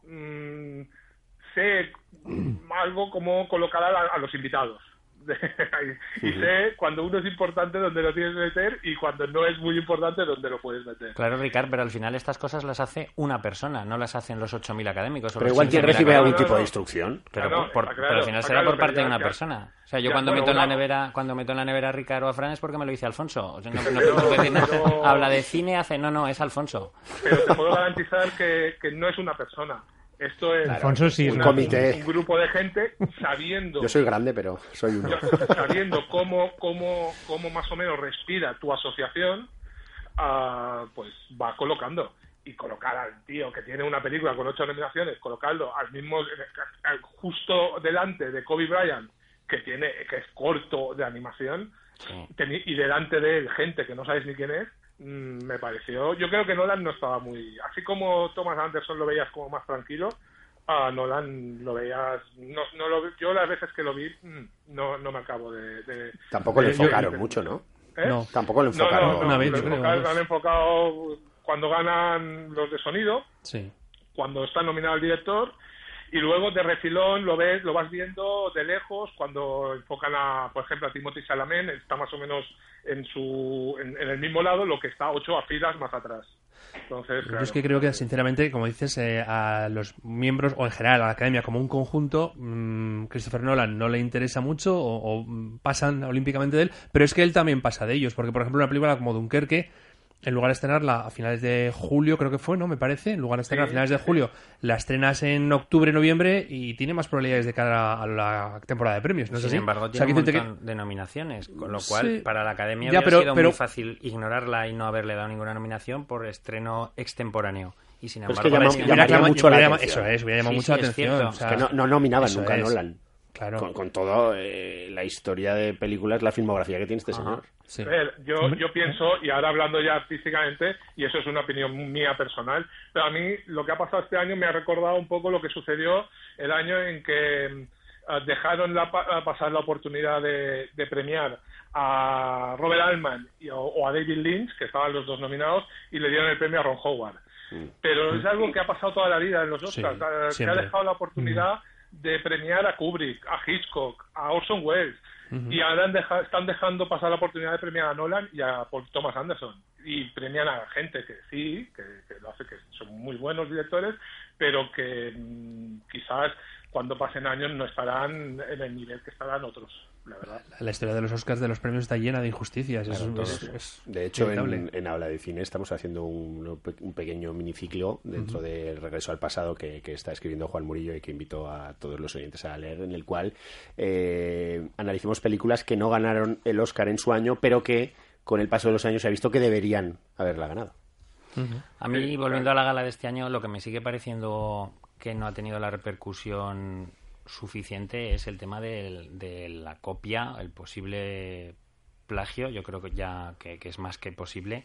sé algo como colocar a los invitados. Y sé cuando uno es importante dónde lo tienes que meter y cuando no es muy importante dónde lo puedes meter. Claro, Ricard, pero al final estas cosas las hace una persona, no las hacen los 8.000 académicos. Pero igual quien recibe algún tipo de instrucción. Pero, pero al final será por parte de una persona. O sea, yo cuando meto en la nevera a Ricard o a Fran es porque me lo dice Alfonso. O sea, no habla de cine, no, es Alfonso. Pero te puedo garantizar que no es una persona. Esto es Alfonso sí, un comité. Un grupo de gente sabiendo... Yo soy grande, pero soy uno. Sabiendo cómo más o menos respira tu asociación, pues va colocando. Y colocar al tío que tiene una película con 8 nominaciones, colocarlo justo delante de Kobe Bryant, que es corto de animación, Sí. Y delante de él gente que no sabes ni quién es, me pareció... Yo creo que Nolan no estaba muy... Así como Thomas Anderson lo veías como más tranquilo, a Nolan lo veías... yo las veces que lo vi no me acabo de... Tampoco le enfocaron mucho, ¿no? ¿Eh? Tampoco lo enfocaron. Una vez, yo creo. Lo han enfocado cuando ganan los de sonido, Sí. cuando está nominado el director, y luego de refilón lo vas viendo de lejos cuando enfocan por ejemplo, a Timothée Chalamet, está más o menos en el mismo lado, lo que está 8 filas más atrás. Entonces, Yo claro. es que creo que, sinceramente, como dices, a los miembros, o en general a la academia como un conjunto, Christopher Nolan no le interesa mucho o pasan olímpicamente de él, pero es que él también pasa de ellos, porque, por ejemplo, una película como Dunkerque, en lugar de estrenarla a finales de julio, creo que fue, ¿no? Me parece. En lugar de estrenarla a finales de julio, la estrenas en octubre, noviembre y tiene más probabilidades de cara a la temporada de premios, ¿no es así? Sin embargo, O sea, tiene un que montón de nominaciones, con lo cual Sí. para la Academia Ya, hubiera sido pero- muy fácil ignorarla y no haberle dado ninguna nominación por estreno extemporáneo. Y sin Pero es embargo, que la llamaría Academia- mucho la atención. Eso es, hubiera llamado Sí, mucho la sí, es atención. cierto. O sea, Es que no nominaban eso nunca a es. Nolan. Claro. Con todo la historia de películas, la filmografía que tiene este señor. Sí. A ver, yo pienso, y ahora hablando ya artísticamente, y eso es una opinión mía personal, pero a mí lo que ha pasado este año me ha recordado un poco lo que sucedió el año en que dejaron pasar la oportunidad de premiar a Robert Altman o a David Lynch, que estaban los dos nominados, y le dieron el premio a Ron Howard. Pero es algo que ha pasado toda la vida en los Oscars, Sí, que ha siempre. dejado la oportunidad de premiar a Kubrick, a Hitchcock, a Orson Welles, y ahora están dejando pasar la oportunidad de premiar a Nolan y a Paul Thomas Anderson, y premian a gente que sí, que lo hace, que son muy buenos directores, pero que quizás cuando pasen años no estarán en el nivel que estarán otros, la verdad. La historia de los Oscars, de los premios, está llena de injusticias. Claro, es de hecho, inevitable. en Habla de Cine estamos haciendo un pequeño miniciclo dentro del Regreso al Pasado que está escribiendo Juan Murillo y que invito a todos los oyentes a leer, en el cual analicemos películas que no ganaron el Oscar en su año, pero que con el paso de los años se ha visto que deberían haberla ganado. A mí, volviendo a la gala de este año, lo que me sigue pareciendo que no ha tenido la repercusión suficiente es el tema de la copia, el posible plagio, yo creo que es más que posible,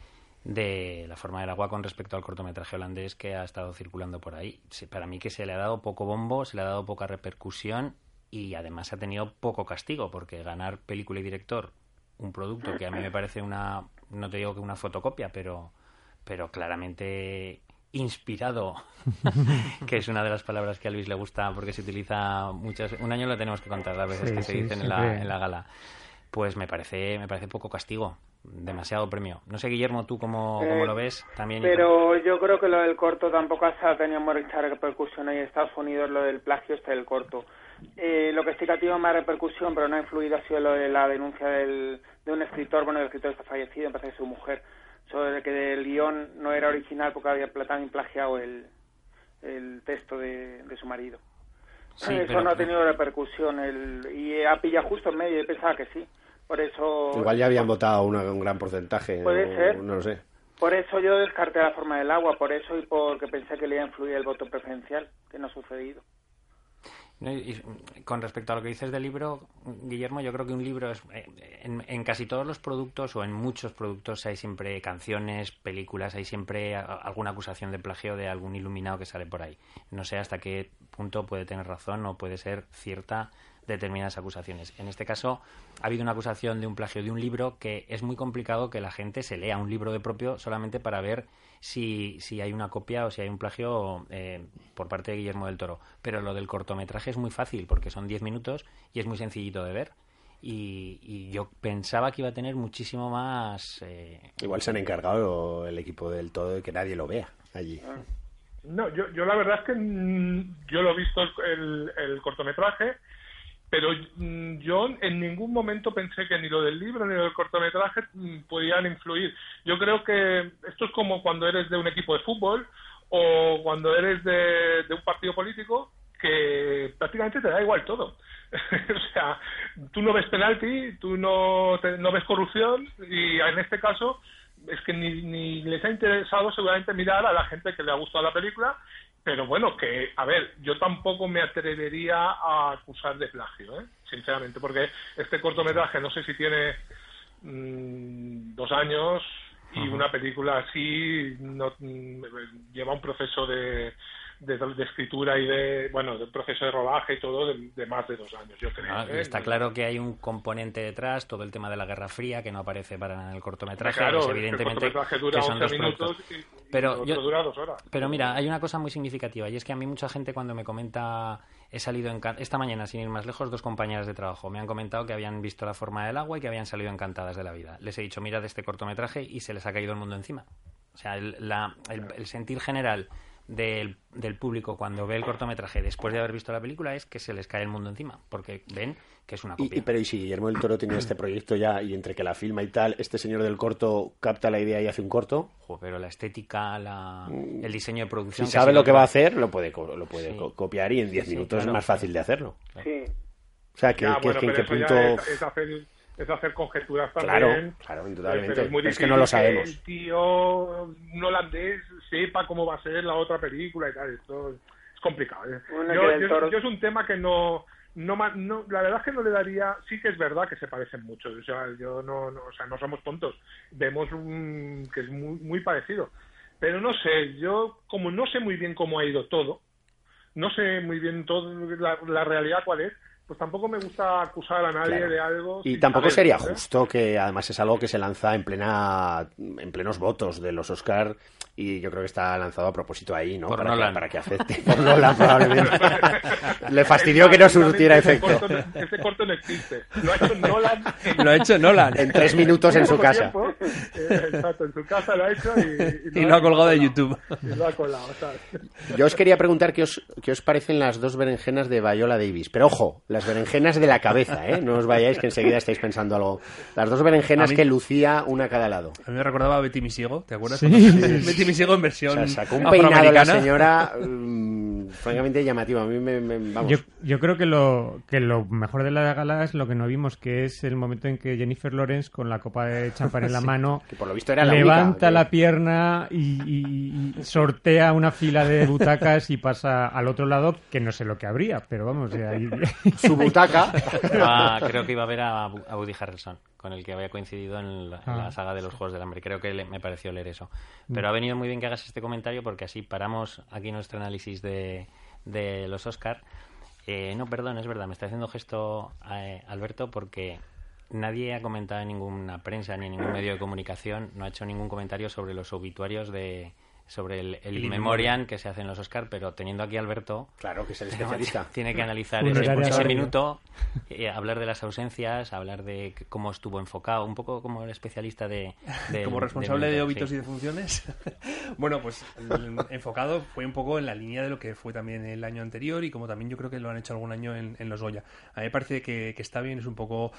de La forma del agua con respecto al cortometraje holandés que ha estado circulando por ahí. Para mí que se le ha dado poco bombo, se le ha dado poca repercusión y además ha tenido poco castigo, porque ganar película y director, un producto que a mí me parece no te digo que una fotocopia, pero claramente inspirado, que es una de las palabras que a Luis le gusta porque se utiliza muchas. Un año lo tenemos que contar las veces que se dicen en la gala. Pues me parece poco castigo, demasiado premio. No sé, Guillermo, tú cómo lo ves también. Pero yo creo que lo del corto tampoco ha tenido mucha repercusión ahí en Estados Unidos, lo del plagio del corto. Lo que sí que ha tenido más repercusión, pero no ha influido, ha sido lo de la denuncia de un escritor. Bueno, el escritor está fallecido, me parece que su mujer, sobre que el guión no era original porque había también plagiado el texto de su marido. Sí, eso no ha tenido repercusión y ha pillado justo en medio. Yo pensaba que sí, por eso. Igual ya habían votado un gran porcentaje. Puede ser. No lo sé. Por eso yo descarté La forma del agua, por eso y porque pensé que le iba a influir el voto preferencial, que no ha sucedido. Y con respecto a lo que dices del libro, Guillermo, yo creo que un libro es en casi todos los productos o en muchos productos hay siempre canciones, películas, hay siempre alguna acusación de plagio de algún iluminado que sale por ahí. No sé hasta qué punto puede tener razón o puede ser cierta determinadas acusaciones. En este caso ha habido una acusación de un plagio de un libro que es muy complicado que la gente se lea un libro de propio solamente para ver si hay una copia o si hay un plagio por parte de Guillermo del Toro. Pero lo del cortometraje es muy fácil porque son 10 minutos y es muy sencillito de ver. Y yo pensaba que iba a tener muchísimo más... Igual se han encargado el equipo del Todo de que nadie lo vea allí. No, yo la verdad es que yo lo he visto el cortometraje, pero yo en ningún momento pensé que ni lo del libro ni lo del cortometraje podían influir. Yo creo que esto es como cuando eres de un equipo de fútbol o cuando eres de un partido político, que prácticamente te da igual todo. O sea, tú no ves penalti, tú no ves corrupción y en este caso es que ni les ha interesado seguramente mirar a la gente que le ha gustado la película. Pero bueno, que, a ver, yo tampoco me atrevería a acusar de plagio, sinceramente, porque este cortometraje no sé si tiene 2 años y una película así lleva un proceso de escritura y de proceso de rodaje y todo de más de 2 años, yo creo. Está claro que hay un componente detrás, todo el tema de la Guerra Fría, que no aparece para nada en el cortometraje. Claro, pues evidentemente el cortometraje dura que son 11 dos minutos productos. y Pero otro dura 2 horas. Pero mira, hay una cosa muy significativa y es que a mí mucha gente cuando me comenta, he salido esta mañana, sin ir más lejos, 2 compañeras de trabajo me han comentado que habían visto La forma del agua y que habían salido encantadas de la vida. Les he dicho, mirad este cortometraje y se les ha caído el mundo encima. O sea, el sentir general del público cuando ve el cortometraje después de haber visto la película es que se les cae el mundo encima, porque ven que es una copia. Pero ¿y si Guillermo del Toro tiene este proyecto ya y entre que la filma y tal, este señor del corto capta la idea y hace un corto? Pero la estética, el diseño de producción... Si sabe lo que va a hacer, lo puede copiar y en 10 Sí, minutos claro. es más fácil de hacerlo. Sí. O sea, que Ya, bueno, en pero qué eso punto... ya es hacer conjeturas también. Claro, indudablemente. Pero es muy Es que difícil no lo sabemos. el tío un holandés sepa cómo va a ser la otra película y tal. Esto es complicado. Bueno, que del Toro- Yo es un tema que no, la verdad es que no le daría. Sí que es verdad que se parecen mucho. O sea, no somos tontos. Vemos que es muy, muy parecido. Pero no sé, yo como no sé muy bien cómo ha ido todo, no sé muy bien todo la realidad cuál es, pues tampoco me gusta acusar a nadie de algo. Y sin tampoco saber, sería ¿eh? justo, que además es algo que se lanza en plenos votos de los Oscar, y yo creo que está lanzado a propósito ahí, ¿no? Por Nolan. Para que afecte. Por Nolan, probablemente. Le fastidió que no surtiera efecto. Este corto no existe. Lo ha hecho Nolan. Lo ha hecho Nolan. En 3 minutos en su poco casa. tiempo. Exacto, en su casa lo ha hecho Y lo ha colgado de YouTube. Y lo ha colado, ¿sabes? Yo os quería preguntar qué os parecen las dos berenjenas de Viola Davis. Pero ojo, las berenjenas de la cabeza, ¿eh? No os vayáis que enseguida estáis pensando algo. Las dos berenjenas que lucía una a cada lado. A mí me recordaba a Betty Misiego, ¿te acuerdas? Sí. Betty Misiego en versión O sea, sacó un peinado la afroamericana. señora francamente llamativo. A mí vamos. Yo creo que lo mejor de la gala es lo que no vimos, que es el momento en que Jennifer Lawrence, con la copa de champán en la mano, Que por lo visto era la levanta única, la pierna y sortea una fila de butacas y pasa al otro lado, que no sé lo que habría, pero vamos, ahí... su butaca. Creo que iba a ver a Woody Harrelson, con el que había coincidido en la saga de los Juegos del Hambre. Creo que me pareció leer eso. Pero ha venido muy bien que hagas este comentario, porque así paramos aquí nuestro análisis de los Oscar. No, perdón, es verdad, me está haciendo gesto Alberto, porque nadie ha comentado en ninguna prensa ni en ningún medio de comunicación, no ha hecho ningún comentario sobre los obituarios sobre el In Memoriam que se hace en los Oscar, pero teniendo aquí a Alberto, Claro, que es el especialista. tiene que analizar Un horario ese largo. minuto, hablar de las ausencias, hablar de cómo estuvo enfocado, un poco como el especialista Como responsable de minuto, óbitos sí. y de funciones. Bueno, pues enfocado fue un poco en la línea de lo que fue también el año anterior, y como también yo creo que lo han hecho algún año en los Goya. A mí me parece que está bien, es un poco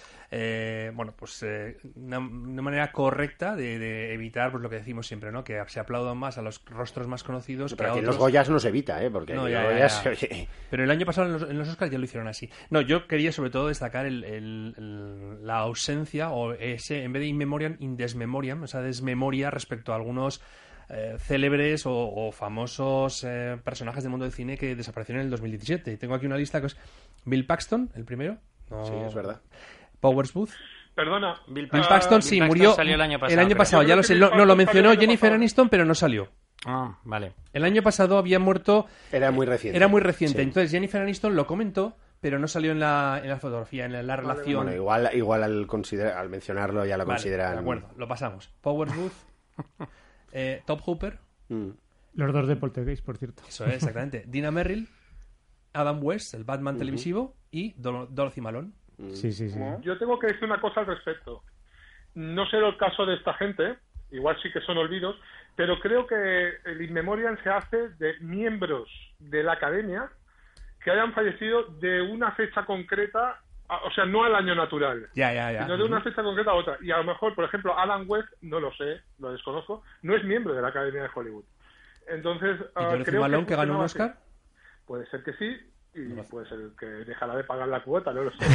una manera correcta de evitar, pues lo que decimos siempre, ¿no? Que se aplaudan más a los rostros más conocidos Pero que a aquí en otros. los Goyas no se evita, ¿eh? Porque No, en ya, los ya, Goyas ya. oye, Pero el año pasado en los Oscars ya lo hicieron así. No, yo quería sobre todo destacar la ausencia, o ese, en vez de in memoriam, in desmemoriam, esa desmemoria respecto a algunos célebres o famosos personajes del mundo del cine que desaparecieron en el 2017. Y tengo aquí una lista que es Bill Paxton, el primero. No, sí, es verdad. Powers Booth. Perdona. Bill Bill Paxton sí murió salió el año pasado. el año pero- pasado, Yo ya creo lo que sé, Bill no, Paxton lo salió mencionó el año Jennifer pasado. Aniston, pero no salió. Ah, vale. El año pasado había muerto. Era muy reciente. Era muy reciente. Sí. Entonces Jennifer Aniston lo comentó, pero no salió en la fotografía, en la relación. Bueno, igual al mencionarlo ya lo Vale, consideran. de acuerdo, lo pasamos. Powers Booth, Top Hooper, Mm. Los dos de Poltergeist, por cierto. eso es, exactamente. Dina Merrill, Adam West, el Batman televisivo, y Dorothy Malone. Sí. Yo tengo que decir una cosa al respecto. No sé el caso de esta gente, igual sí que son olvidos, pero creo que el In Memoriam se hace de miembros de la academia que hayan fallecido de una fecha concreta, o sea, no al año natural, Ya. sino de una fecha concreta a otra. Y a lo mejor, por ejemplo, Alan West, no lo sé, lo desconozco, no es miembro de la Academia de Hollywood. Entonces, ¿Y Dorothy creo Malone, que ganó un funcionaba así. Oscar? Puede ser que sí, y puede ser que dejará de pagar la cuota, no lo sé.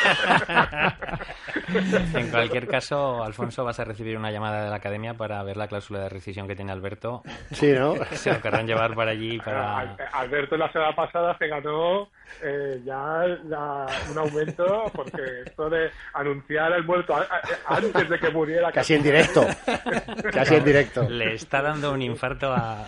En cualquier caso, Alfonso, vas a recibir una llamada de la academia para ver la cláusula de rescisión que tiene Alberto. Sí, ¿no? Se lo querrán llevar para allí para... Alberto la semana pasada se ganó un aumento, porque esto de anunciar el muerto antes de que muriera... Casi en directo. Casi en directo. Le está dando un infarto a...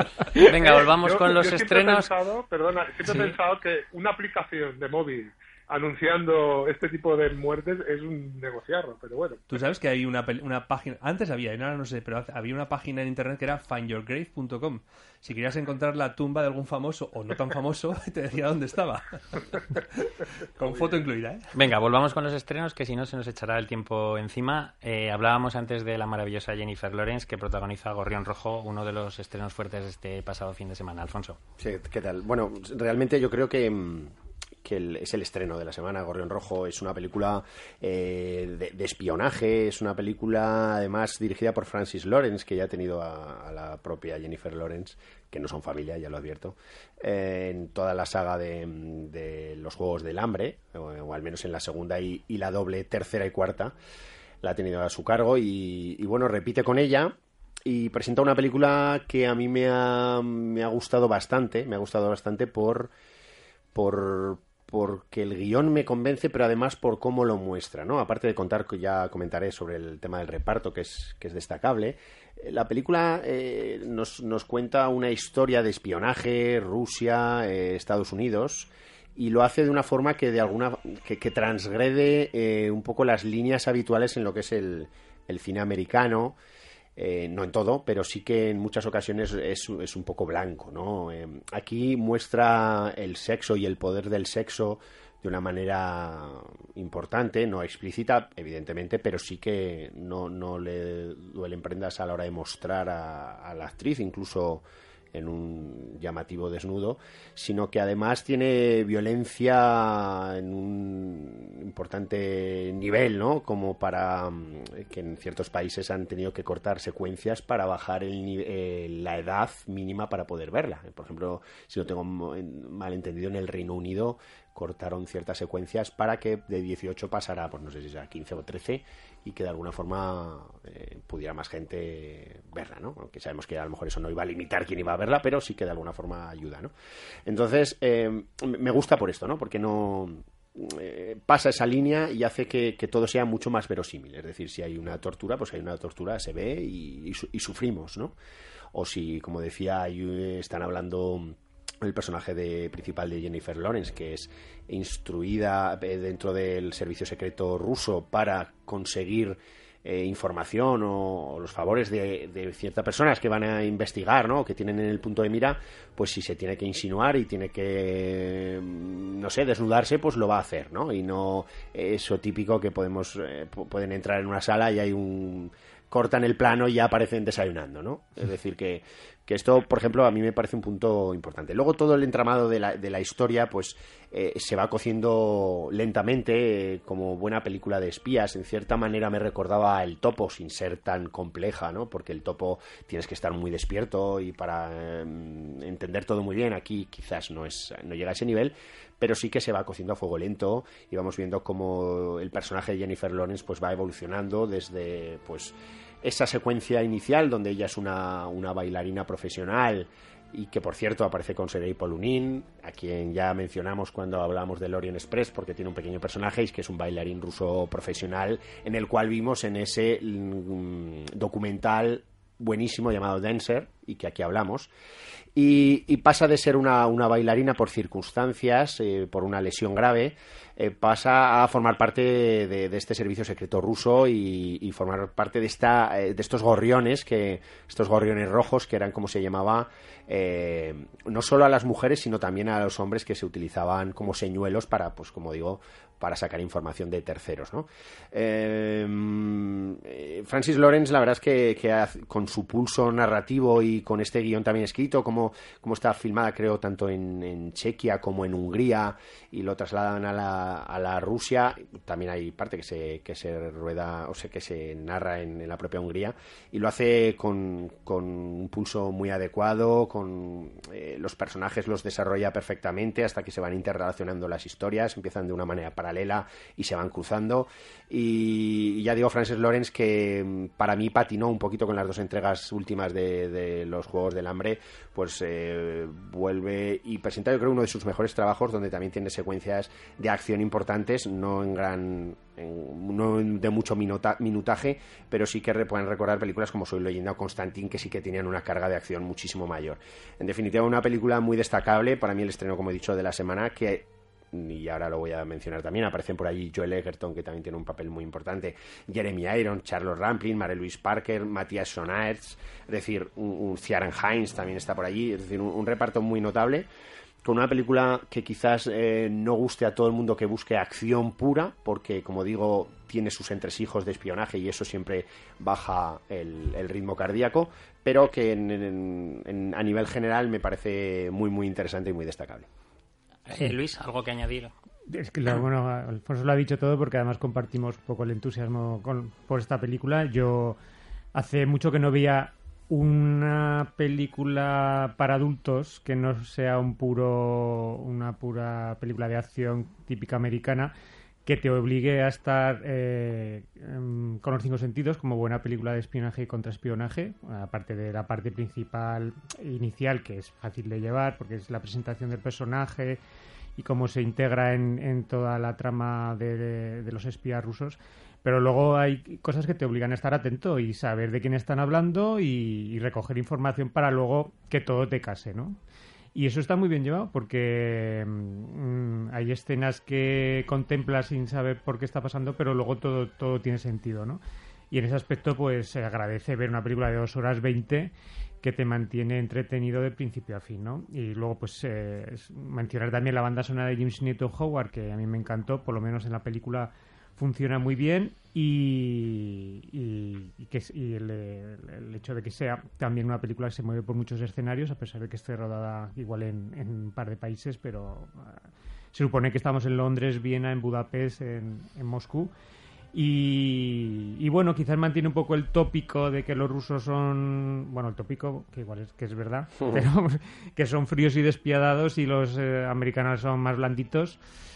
Venga, volvamos con los yo siempre estrenos. He pensado, perdona, siempre Sí. he pensado que una aplicación de móvil anunciando este tipo de muertes es un negociarro, pero bueno. Tú sabes que hay una página, antes había, ahora no sé, pero había una página en internet que era findyourgrave.com. Si querías encontrar la tumba de algún famoso o no tan famoso, te decía dónde estaba. Con foto incluida, ¿eh? Venga, volvamos con los estrenos, que si no se nos echará el tiempo encima. Hablábamos antes de la maravillosa Jennifer Lawrence, que protagoniza Gorrión Rojo, uno de los estrenos fuertes de este pasado fin de semana. Alfonso. Sí, ¿qué tal? Bueno, realmente yo creo que es el estreno de la semana. Gorrión Rojo es una película de espionaje, es una película además dirigida por Francis Lawrence, que ya ha tenido a la propia Jennifer Lawrence, que no son familia, ya lo advierto, en toda la saga de los Juegos del Hambre, o al menos en la segunda y la doble, tercera y cuarta, la ha tenido a su cargo y bueno, repite con ella. Y presenta una película que a mí me ha gustado bastante, porque el guión me convence, pero además por cómo lo muestra, ¿no? Aparte de contar, que ya comentaré sobre el tema del reparto, que es destacable, la película nos cuenta una historia de espionaje, Rusia, Estados Unidos, y lo hace de una forma que que transgrede un poco las líneas habituales en lo que es el cine americano. No en todo, pero sí que en muchas ocasiones es un poco blanco, ¿no? Aquí muestra el sexo y el poder del sexo de una manera importante, no explícita, evidentemente, pero sí que no le duelen prendas a la hora de mostrar a la actriz, incluso en un llamativo desnudo, sino que además tiene violencia en un importante nivel, ¿no? Como para que en ciertos países han tenido que cortar secuencias para bajar la edad mínima para poder verla. Por ejemplo, si no tengo mal entendido, en el Reino Unido cortaron ciertas secuencias para que de 18 pasara, pues no sé si sea 15 o 13, y que de alguna forma pudiera más gente verla, ¿no? Aunque sabemos que a lo mejor eso no iba a limitar quién iba a verla, pero sí que de alguna forma ayuda, ¿no? Entonces, me gusta por esto, ¿no? Porque no pasa esa línea y hace que todo sea mucho más verosímil. Es decir, si hay una tortura, pues hay una tortura, se ve y sufrimos, ¿no? O si, como decía, están hablando el personaje principal de Jennifer Lawrence, que es instruida dentro del servicio secreto ruso para conseguir información o los favores de ciertas personas que van a investigar, ¿no? Que tienen en el punto de mira, pues si se tiene que insinuar y tiene que, no sé, desnudarse, pues lo va a hacer, ¿no? Y no eso típico que pueden entrar en una sala y cortan el plano y ya aparecen desayunando, ¿no? Es decir, que esto, por ejemplo, a mí me parece un punto importante. Luego todo el entramado de la historia, pues se va cociendo lentamente, como buena película de espías. En cierta manera me recordaba a El Topo, sin ser tan compleja, ¿no? Porque El Topo tienes que estar muy despierto y para entender todo muy bien. Aquí quizás no llega a ese nivel, pero sí que se va cociendo a fuego lento y vamos viendo cómo el personaje de Jennifer Lawrence pues va evolucionando desde pues esa secuencia inicial donde ella es una bailarina profesional y que, por cierto, aparece con Sergei Polunin, a quien ya mencionamos cuando hablamos de Orient Express, porque tiene un pequeño personaje, y que es un bailarín ruso profesional, en el cual vimos en ese documental buenísimo llamado Dancer, y que aquí hablamos, y pasa de ser una bailarina por circunstancias, por una lesión grave, pasa a formar parte de este servicio secreto ruso y formar parte de estos gorriones, estos gorriones rojos, que eran como se llamaba, no solo a las mujeres, sino también a los hombres, que se utilizaban como señuelos para, pues como digo, para sacar información de terceros, ¿no? Francis Lawrence, la verdad es que con su pulso narrativo y con este guión también escrito, como está filmada, creo, tanto en Chequia como en Hungría, y lo trasladan a la Rusia. También hay parte que se rueda, o sea, que se narra en la propia Hungría, y lo hace con un pulso muy adecuado, con los personajes los desarrolla perfectamente hasta que se van interrelacionando las historias, empiezan de una manera paralela y se van cruzando. Y ya digo, Francis Lawrence, que para mí patinó un poquito con las dos entregas últimas de los Juegos del Hambre, pues vuelve y presenta, yo creo, uno de sus mejores trabajos, donde también tiene secuencias de acción importantes, no de mucho minutaje, pero sí que pueden recordar películas como Soy Leyenda o Constantine, que sí que tenían una carga de acción muchísimo mayor. En definitiva, una película muy destacable, para mí el estreno, como he dicho, de la semana, que y ahora lo voy a mencionar también, aparecen por allí Joel Edgerton, que también tiene un papel muy importante, Jeremy Irons, Charlotte Rampling, Mary-Louise Parker, Matthias Schoenaerts, es decir, un Ciarán Hinds también está por allí, es decir, un reparto muy notable, con una película que quizás no guste a todo el mundo que busque acción pura, porque, como digo, tiene sus entresijos de espionaje y eso siempre baja el ritmo cardíaco, pero que a nivel general me parece muy, muy interesante y muy destacable. Luis, ¿algo que añadir? Es que, bueno, Alfonso lo ha dicho todo porque además compartimos un poco el entusiasmo por esta película. Yo hace mucho que no veía una película para adultos que no sea una pura película de acción típica americana que te obligue a estar con los 5 sentidos, como buena película de espionaje y contraespionaje, aparte de la parte principal inicial, que es fácil de llevar porque es la presentación del personaje y cómo se integra en toda la trama de los espías rusos. Pero luego hay cosas que te obligan a estar atento y saber de quién están hablando y recoger información para luego que todo te case, ¿no? Y eso está muy bien llevado porque hay escenas que contemplas sin saber por qué está pasando, pero luego todo tiene sentido, ¿no? Y en ese aspecto pues se agradece ver una película de 2 horas 20 que te mantiene entretenido de principio a fin, ¿no? Y luego pues mencionar también la banda sonora de James Newton Howard, que a mí me encantó, por lo menos en la película funciona muy bien y el hecho de que sea también una película que se mueve por muchos escenarios, a pesar de que esté rodada igual en un par de países, pero se supone que estamos en Londres, Viena, en Budapest, en Moscú. Y bueno, quizás mantiene un poco el tópico de que los rusos son, bueno, el tópico que igual es verdad, pero que son fríos y despiadados y los americanos son más blanditos.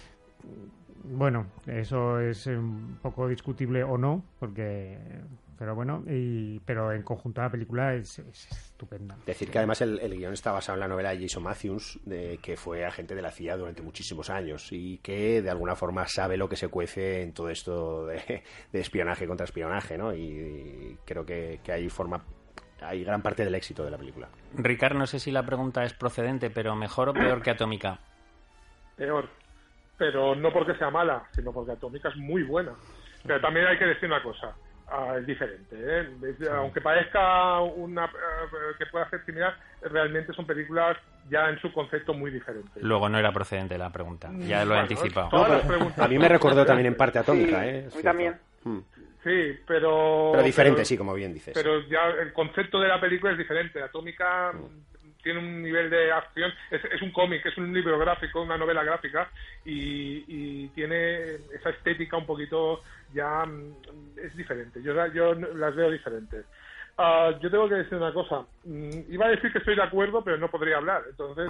Bueno, eso es un poco discutible o no, pero bueno, pero en conjunto la película es estupenda. Decir que además el guión está basado en la novela de Jason Matthews, que fue agente de la CIA durante muchísimos años y que de alguna forma sabe lo que se cuece en todo esto de espionaje contra espionaje, ¿no? Y creo que hay gran parte del éxito de la película. Ricard, no sé si la pregunta es procedente, pero ¿mejor o peor que Atómica? Peor. Pero no porque sea mala, sino porque Atómica es muy buena. Pero también hay que decir una cosa, es diferente, ¿eh? Aunque parezca una que pueda ser similar, realmente son películas ya en su concepto muy diferentes. Luego no era procedente la pregunta, ya lo he anticipado. A mí me recordó también en parte Atómica, ¿eh? A mí también. Sí, pero diferente, sí, como bien dices. Pero ya el concepto de la película es diferente. Atómica tiene un nivel de acción, es un cómic, es un libro gráfico, una novela gráfica y tiene esa estética un poquito ya es diferente. Yo las veo diferentes. Yo tengo que decir una cosa. Iba a decir que estoy de acuerdo, pero no podría hablar. Entonces,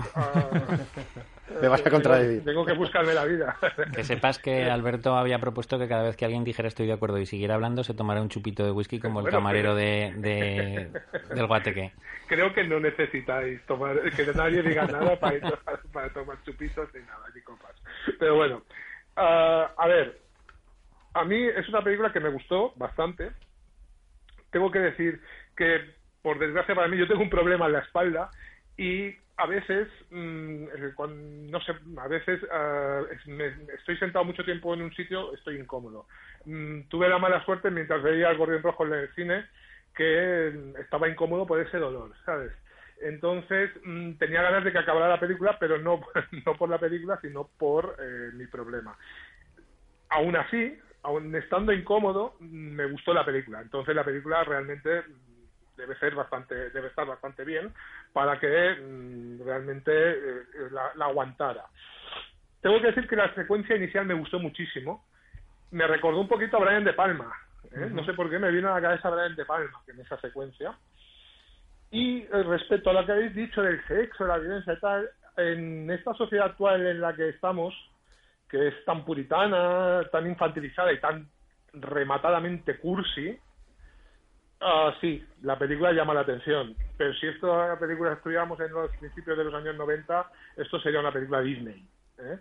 me vas a contradecir. Tengo que buscarme la vida. Que sepas que Alberto había propuesto que cada vez que alguien dijera estoy de acuerdo y siguiera hablando, se tomara un chupito de whisky como el camarero del Guateque. Creo que no necesitáis que nadie diga nada para tomar chupitos ni nada, ni copas. Pero bueno, a ver, a mí es una película que me gustó bastante. Tengo que decir que, por desgracia para mí, yo tengo un problema en la espalda y a veces, no sé, a veces estoy sentado mucho tiempo en un sitio, estoy incómodo. Tuve la mala suerte mientras veía el Gorrión Rojo en el cine que estaba incómodo por ese dolor, ¿sabes? Entonces tenía ganas de que acabara la película, pero no por la película, sino por mi problema. Aún así, aún estando incómodo, me gustó la película. Entonces la película realmente debe estar bastante bien para que realmente la aguantara. Tengo que decir que la secuencia inicial me gustó muchísimo. Me recordó un poquito a Brian De Palma. No sé por qué me vino a la cabeza Brian De Palma en esa secuencia. Y respecto a lo que habéis dicho del sexo, la violencia y tal, en esta sociedad actual en la que estamos, que es tan puritana, tan infantilizada y tan rematadamente cursi, sí, la película llama la atención. Pero si esta película estuviéramos en los principios de los años 90, esto sería una película Disney, ¿eh?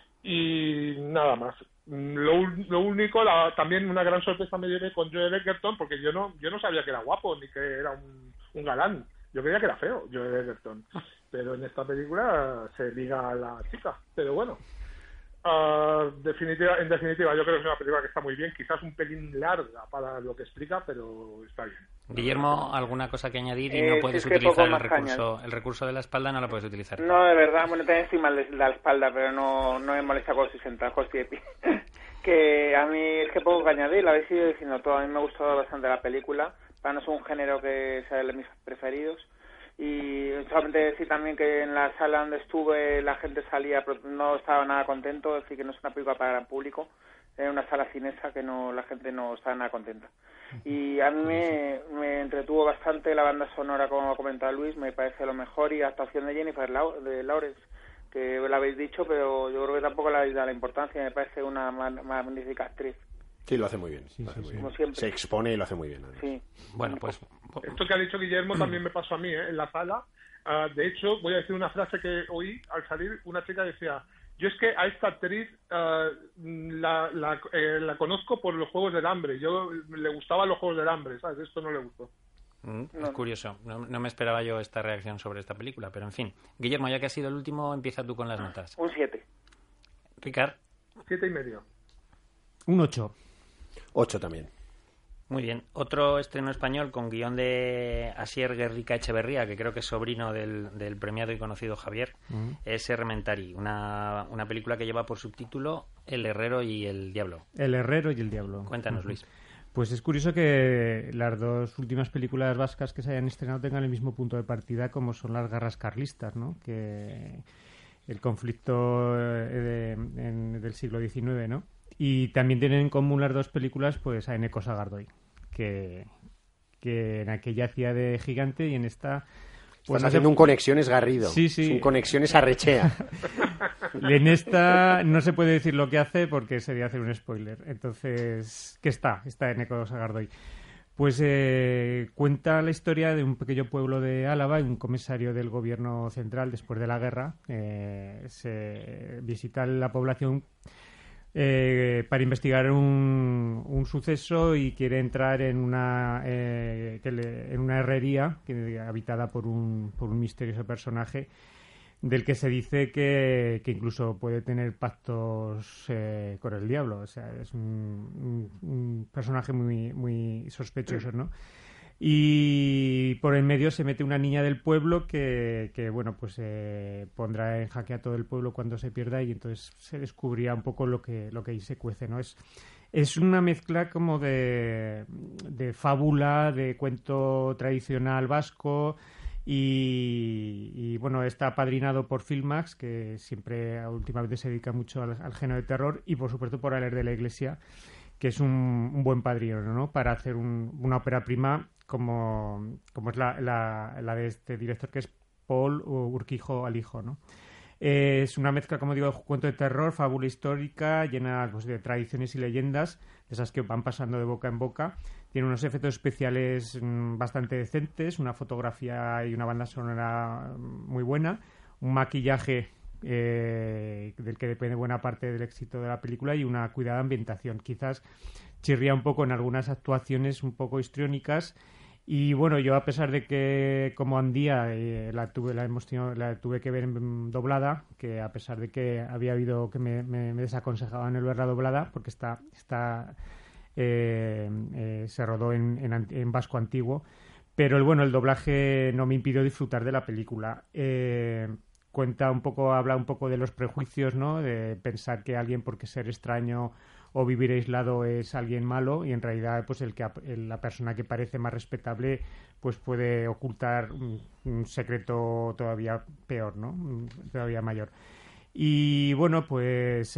Y nada más. Lo único, también una gran sorpresa me llevé con Joel Edgerton, porque yo no sabía que era guapo ni que era un galán. Yo creía que era feo, Joel Edgerton. Pero en esta película se liga a la chica. Pero bueno, En definitiva, yo creo que es una película que está muy bien, quizás un pelín larga para lo que explica, pero está bien. Guillermo, ¿alguna cosa que añadir? Y no puedes utilizar el recurso de la espalda, no lo puedes utilizar. No, de verdad, bueno, también estoy mal de la espalda, pero no me molesta con 60, estoy de pie. Que a mí es que poco que añadir, lo habéis ido diciendo todo, a mí me ha gustado bastante la película, para no ser un género que sea de mis preferidos. Y solamente decir también que en la sala donde estuve la gente salía, pero no estaba nada contento, es decir, que no es una película para gran público, era una sala cinesa que la gente no estaba nada contenta. Y a mí me entretuvo bastante la banda sonora, como ha comentado Luis, me parece lo mejor, y la actuación de Jennifer Lawrence, que lo habéis dicho, pero yo creo que tampoco le habéis dado la importancia, me parece una magnífica actriz. Sí, lo hace muy bien. Como siempre. Se expone y lo hace muy bien. Sí. Bueno, pues... Esto que ha dicho Guillermo también me pasó a mí, en la sala. De hecho, voy a decir una frase que oí al salir. Una chica decía, yo es que a esta actriz la conozco por los Juegos del Hambre. Yo le gustaban los Juegos del Hambre, ¿sabes? Esto no le gustó. Es curioso. No me esperaba yo esta reacción sobre esta película, pero en fin. Guillermo, ya que has sido el último, empieza tú con las notas. Un 7. Ricard. 7,5. Un 8. 8 también. Muy bien. Otro estreno español con guión de Asier Guerrica Echeverría, que creo que es sobrino del premiado y conocido Javier, es Errementari, una película que lleva por subtítulo El Herrero y el Diablo. El Herrero y el Diablo. Cuéntanos, Luis. Pues es curioso que las dos últimas películas vascas que se hayan estrenado tengan el mismo punto de partida, como son las guerras carlistas, ¿no? Que el conflicto del siglo XIX, ¿no? Y también tienen en común las dos películas pues a Eneco Sagardoy, que en aquella hacía de gigante y en esta... Pues estás haciendo un Conexiones Garrido. Sí. Es un Conexiones Arrechea. En esta no se puede decir lo que hace porque sería hacer un spoiler. Entonces, ¿qué está Eneco Sagardoy? Pues cuenta la historia de un pequeño pueblo de Álava y un comisario del gobierno central después de la guerra. Se visita la población para investigar un suceso y quiere entrar en una herrería habitada por un misterioso personaje del que se dice que incluso puede tener pactos con el diablo. O sea, es un personaje muy, muy sospechoso, ¿no? Y por el medio se mete una niña del pueblo que bueno, pues pondrá en jaque a todo el pueblo cuando se pierda, y entonces se descubrirá un poco lo que ahí se cuece, ¿no? Es una mezcla como de fábula, de cuento tradicional vasco, y bueno, está apadrinado por Filmax, que siempre últimamente se dedica mucho al género de terror, y por supuesto por Aller de la Iglesia, que es un buen padrino, ¿no? Para hacer una ópera prima como es la de este director, que es Paul Urquijo Alijo, ¿no? Es una mezcla, como digo, de cuento de terror, fábula histórica, llena pues, de tradiciones y leyendas, de esas que van pasando de boca en boca. Tiene unos efectos especiales bastante decentes, una fotografía y una banda sonora muy buena, un maquillaje del que depende buena parte del éxito de la película, y una cuidada ambientación. Quizás chirría un poco en algunas actuaciones un poco histriónicas. Y bueno, yo, a pesar de que como Andía la tuve que ver doblada, que a pesar de que había habido que me desaconsejaban el verla doblada, porque se rodó en vasco antiguo, pero el doblaje no me impidió disfrutar de la película. Habla un poco de los prejuicios, ¿no? De pensar que alguien, porque ser extraño o vivir aislado, es alguien malo, y en realidad pues la persona que parece más respetable pues puede ocultar un secreto todavía peor, ¿no? Todavía mayor. Y bueno, pues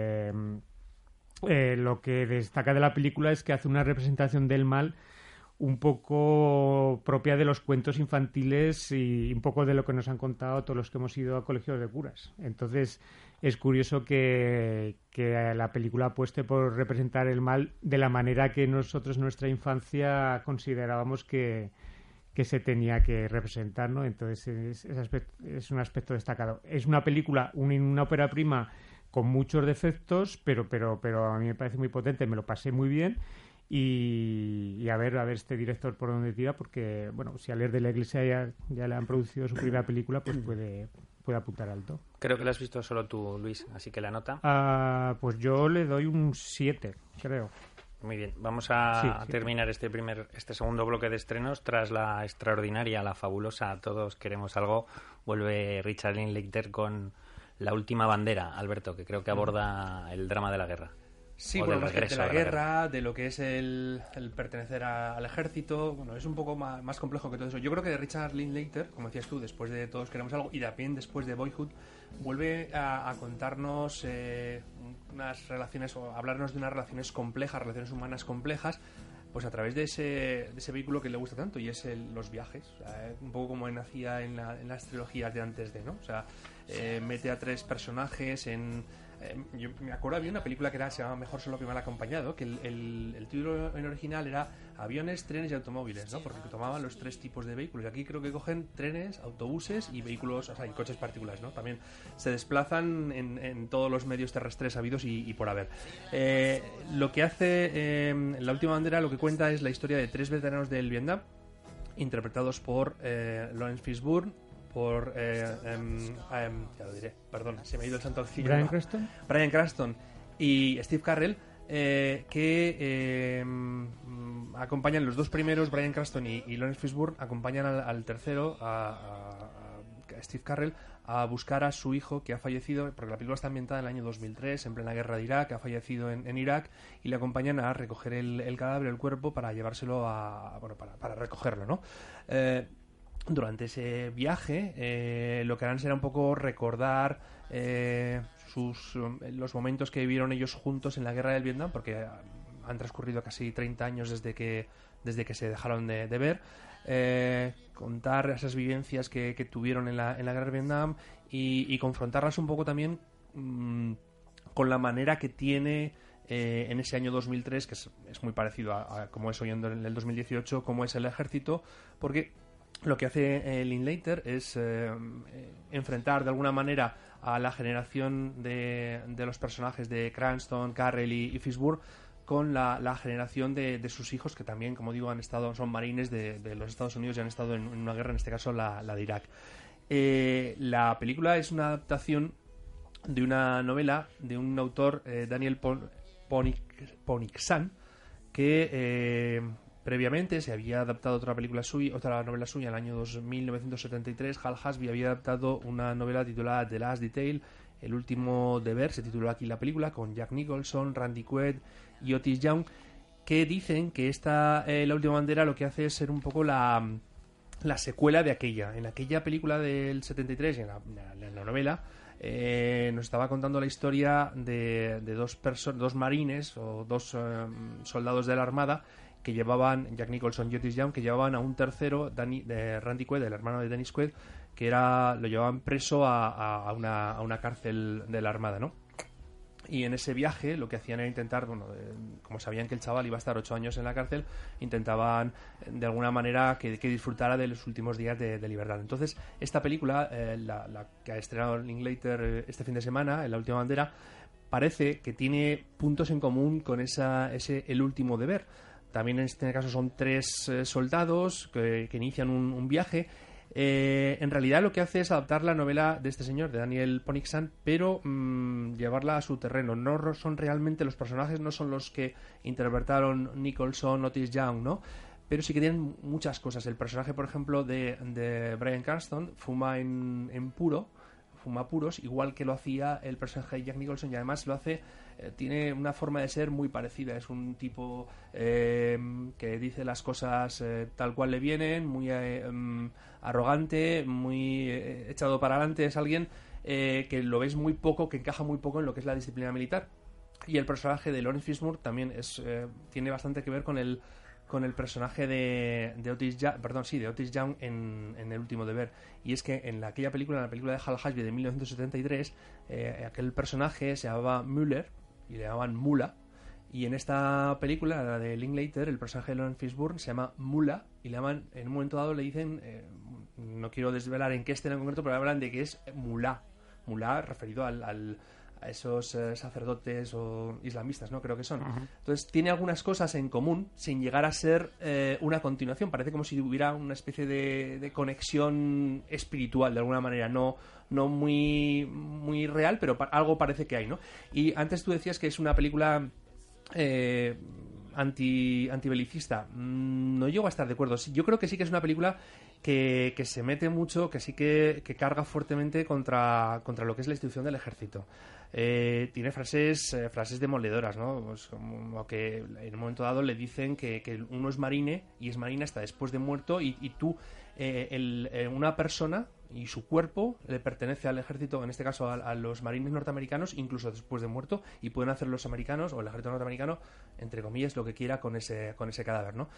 lo que destaca de la película es que hace una representación del mal un poco propia de los cuentos infantiles y un poco de lo que nos han contado todos los que hemos ido a colegios de curas. Entonces es curioso que la película apueste por representar el mal de la manera que nosotros en nuestra infancia considerábamos que se tenía que representar, ¿no? Entonces es un aspecto destacado. Es una película, una ópera prima con muchos defectos, pero a mí me parece muy potente, me lo pasé muy bien. Y a ver este director por dónde tira, porque bueno, si a Aller de la Iglesia ya le han producido su primera película, pues puede puede apuntar alto. Creo que lo has visto solo tú, Luis, así que la nota. Pues yo le doy un 7, creo. Muy bien, vamos a terminar este segundo bloque de estrenos. Tras la extraordinaria, la fabulosa Todos queremos algo, vuelve Richard Linklater con La última bandera, Alberto, que creo que aborda el drama de la guerra. Sí, bueno, más de la guerra, de lo que es el pertenecer al ejército. Bueno, es un poco más complejo que todo eso. Yo creo que Richard Linklater, como decías tú, después de Todos queremos algo, y también después de Boyhood, vuelve a contarnos unas relaciones, o hablarnos de unas relaciones complejas, relaciones humanas complejas, pues a través de ese vehículo que le gusta tanto, y es los viajes. O sea, un poco como hacía en las trilogías de antes de, ¿no? O sea, mete a 3 personajes en... yo me acuerdo, había una película que se llamaba Mejor solo que mal acompañado, que el título en original era Aviones, trenes y automóviles, ¿no? Porque tomaban los 3 tipos de vehículos. Y aquí creo que cogen trenes, autobuses y vehículos, o sea, y coches particulares, ¿no? También se desplazan en todos los medios terrestres habidos y por haber. Lo que hace La última bandera, lo que cuenta es la historia de 3 veteranos del Vietnam, interpretados por Lawrence Fishburne, por ya lo diré, perdón, se me ha ido el santo al cielo. Bryan Cranston y Steve Carell, que acompañan los 2 primeros. Bryan Cranston y Lawrence Fishburne acompañan al tercero, a Steve Carell, a buscar a su hijo que ha fallecido, porque la película está ambientada en el año 2003, en plena guerra de Irak, ha fallecido en Irak, y le acompañan a recoger el cadáver, el cuerpo, para llevárselo para recogerlo, ¿no? Durante ese viaje lo que harán será un poco recordar los momentos que vivieron ellos juntos en la guerra del Vietnam, porque han transcurrido casi 30 años desde que se dejaron de ver. Contar esas vivencias que tuvieron en la guerra del Vietnam y confrontarlas un poco también con la manera que tiene en ese año 2003, que es muy parecido a como es hoy en el 2018, como es el ejército, porque lo que hace Linklater es enfrentar de alguna manera a la generación de los personajes de Cranston, Carell y Fishburne con la generación de sus hijos, que también, como digo, son marines de los Estados Unidos y han estado en una guerra, en este caso la de Irak. La película es una adaptación de una novela de un autor, Daniel Ponicksan, que previamente se había adaptado otra novela suya en el año 1973. Hal Hasby había adaptado una novela titulada The Last Detail, El último deber, se tituló aquí la película, con Jack Nicholson, Randy Quaid y Otis Young, que dicen que La última bandera lo que hace es ser un poco la secuela de aquella. En aquella película del 73 y en la novela nos estaba contando la historia de dos marines o 2 soldados de la Armada que llevaban, Jack Nicholson y Otis Young, que llevaban a un tercero, de Randy Quaid, el hermano de Dennis Quaid, que lo llevaban preso a una cárcel de la Armada, ¿no? Y en ese viaje lo que hacían era intentar, como sabían que el chaval iba a estar 8 años en la cárcel, intentaban de alguna manera que disfrutara de los últimos días de libertad. Entonces, esta película, la que ha estrenado Linklater este fin de semana, en La última bandera, parece que tiene puntos en común con El último deber. También en este caso son 3 soldados que inician un viaje. En realidad lo que hace es adaptar la novela de este señor, de Daniel Ponicksan, pero llevarla a su terreno. No son realmente los personajes, no son los que interpretaron Nicholson, Otis Young, ¿no? Pero sí que tienen muchas cosas. El personaje, por ejemplo, de Bryan Cranston fuma fuma puros, igual que lo hacía el personaje de Jack Nicholson, y además lo hace, tiene una forma de ser muy parecida. Es un tipo que dice las cosas tal cual le vienen, muy arrogante, muy echado para adelante. Es alguien que lo ves muy poco, que encaja muy poco en lo que es la disciplina militar. Y el personaje de Lawrence Fishburne también tiene bastante que ver con el personaje de Otis Young en El último deber. Y es que en la película de Hal Hasby de 1973, aquel personaje se llamaba Muller y le llamaban Mula, y en esta película, la de Linklater, el personaje de Lawrence Fishburne se llama Mula, y le llaman, en un momento dado le dicen, no quiero desvelar en qué escena en concreto, pero hablan de que es Mulá referido al sacerdotes o islamistas, ¿no? Creo que son. Entonces tiene algunas cosas en común sin llegar a ser una continuación. Parece como si hubiera una especie de conexión espiritual de alguna manera, no muy, muy real, pero algo parece que hay, ¿no? Y antes tú decías que es una película antibelicista. No llego a estar de acuerdo. Yo creo que sí que es una película que se mete mucho, que sí que carga fuertemente contra lo que es la institución del ejército. Tiene frases demoledoras, ¿no? Pues como que en un momento dado le dicen que uno es marine y es marine hasta después de muerto y tú, una persona y su cuerpo le pertenece al ejército, en este caso a los marines norteamericanos, incluso después de muerto, y pueden hacer los americanos o el ejército norteamericano, entre comillas, lo que quiera con ese cadáver, ¿no?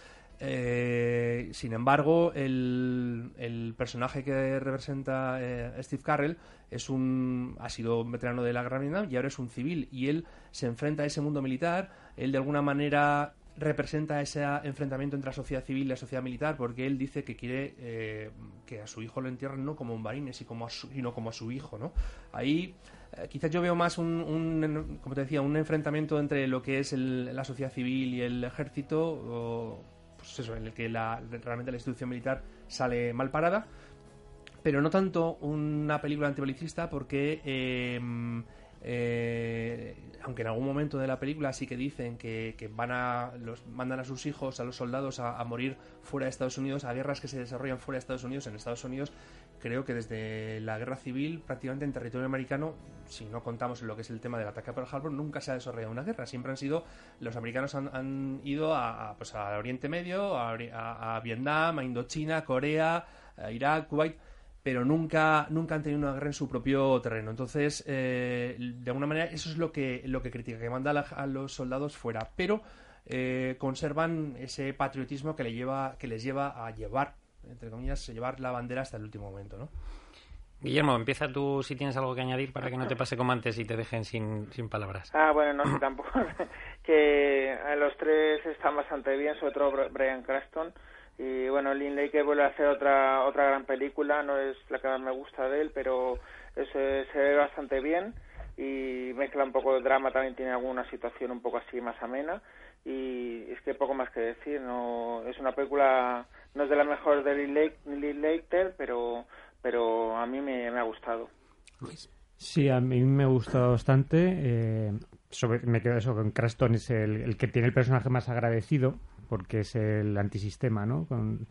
Sin embargo, el personaje que representa Steve Carell ha sido un veterano de la Guerra de Vietnam y ahora es un civil, y él se enfrenta a ese mundo militar. Él de alguna manera representa ese enfrentamiento entre la sociedad civil y la sociedad militar, porque él dice que quiere que a su hijo lo entierren no como un marine, sino como a su hijo, ¿no? Ahí quizás yo veo más como te decía, un enfrentamiento entre lo que es la sociedad civil y el ejército, pues eso, en el que realmente la institución militar sale mal parada, pero no tanto una película antibelicista, porque aunque en algún momento de la película sí que dicen que mandan a sus hijos, a los soldados, a morir fuera de Estados Unidos, a guerras que se desarrollan fuera de Estados Unidos. En Estados Unidos creo que desde la guerra civil, prácticamente en territorio americano, si no contamos en lo que es el tema del ataque a Pearl Harbor, nunca se ha desarrollado una guerra. Siempre los americanos han ido a Oriente Medio, a Vietnam, a Indochina, a Corea, a Irak, Kuwait, pero nunca han tenido una guerra en su propio terreno. Entonces, de alguna manera, eso es lo que critica, que manda a los soldados fuera, pero conservan ese patriotismo que les lleva a llevar, entre comillas, llevar la bandera hasta el último momento, ¿no? Guillermo, empieza tú si tienes algo que añadir para que no te pase como antes y te dejen sin palabras. Bueno, no sé tampoco. Que los tres están bastante bien, sobre todo Bryan Cranston. Y bueno, Linklater vuelve a hacer otra gran película, no es la que más me gusta de él, pero se ve bastante bien y mezcla un poco de drama, también tiene alguna situación un poco así más amena, y es que poco más que decir. No es una película, no es de las mejores de Linklater, pero a mí me ha gustado. Luis. Sí, a mí me ha gustado bastante. Me quedo eso, con Cranston es el que tiene el personaje más agradecido, porque es el antisistema, ¿no?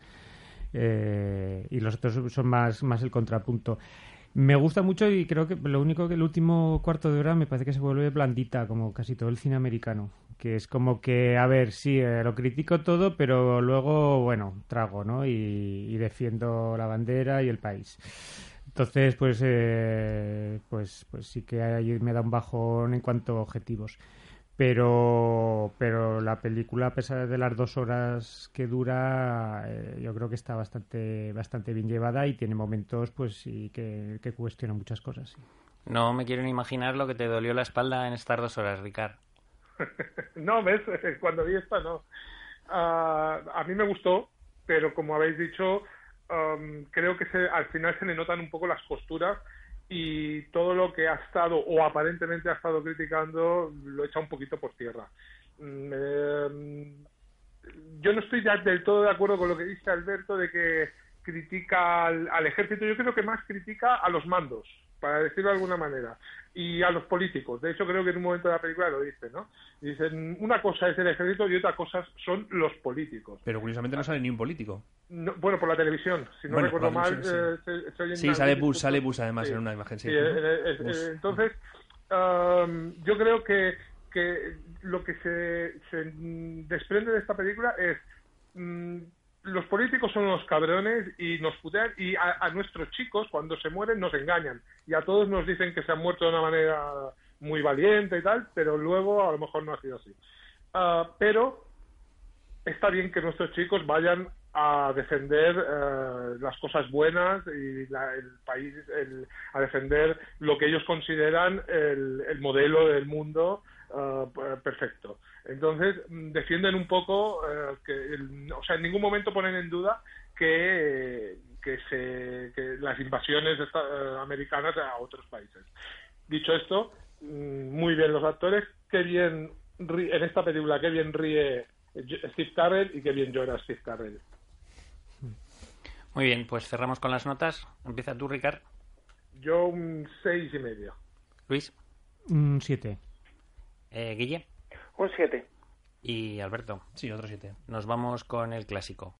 Y los otros son más el contrapunto. Me gusta mucho, y creo que lo único que el último cuarto de hora me parece que se vuelve blandita, como casi todo el cine americano, que es como que, a ver, sí, lo critico todo, pero luego, bueno, trago, ¿no? Y defiendo la bandera y el país. Entonces, pues sí que ahí me da un bajón en cuanto a objetivos. Pero la película, a pesar de las 2 horas que dura, yo creo que está bastante bien llevada y tiene momentos, pues sí, que cuestionan muchas cosas. Sí. No me quiero ni imaginar lo que te dolió la espalda en estas 2 horas, Ricard. No, ves, cuando vi esta no. A mí me gustó, pero como habéis dicho, creo que al final se le notan un poco las costuras, y todo lo que ha estado o aparentemente ha estado criticando lo echa un poquito por tierra. Yo no estoy ya del todo de acuerdo con lo que dice Alberto de que critica al ejército. Yo creo que más critica a los mandos, para decirlo de alguna manera, y a los políticos. De hecho, creo que en un momento de la película lo dice, ¿no? Dicen, una cosa es el ejército y otra cosa son los políticos. Pero curiosamente no sale ni un político. No, bueno, por la televisión, si no recuerdo mal. Sí, sale Bush además, sí, en una imagen. Sí. Entonces, yo creo que lo que se desprende de esta película es los políticos son unos cabrones y nos putean, y a nuestros chicos cuando se mueren nos engañan, y a todos nos dicen que se han muerto de una manera muy valiente y tal, pero luego a lo mejor no ha sido así. Pero está bien que nuestros chicos vayan a defender las cosas buenas y el país, a defender lo que ellos consideran el modelo del mundo perfecto. Entonces defienden un poco o sea, en ningún momento ponen en duda que las invasiones americanas a otros países. Dicho esto, muy bien los actores, qué bien en esta película, qué bien ríe Steve Carell y qué bien llora Steve Carell. Muy bien, pues cerramos con las notas. Empieza tú, Ricard. Yo un 6,5. Luis. Un 7. Guille. Un 7. Y Alberto. Sí, otro 7. Nos vamos con el clásico.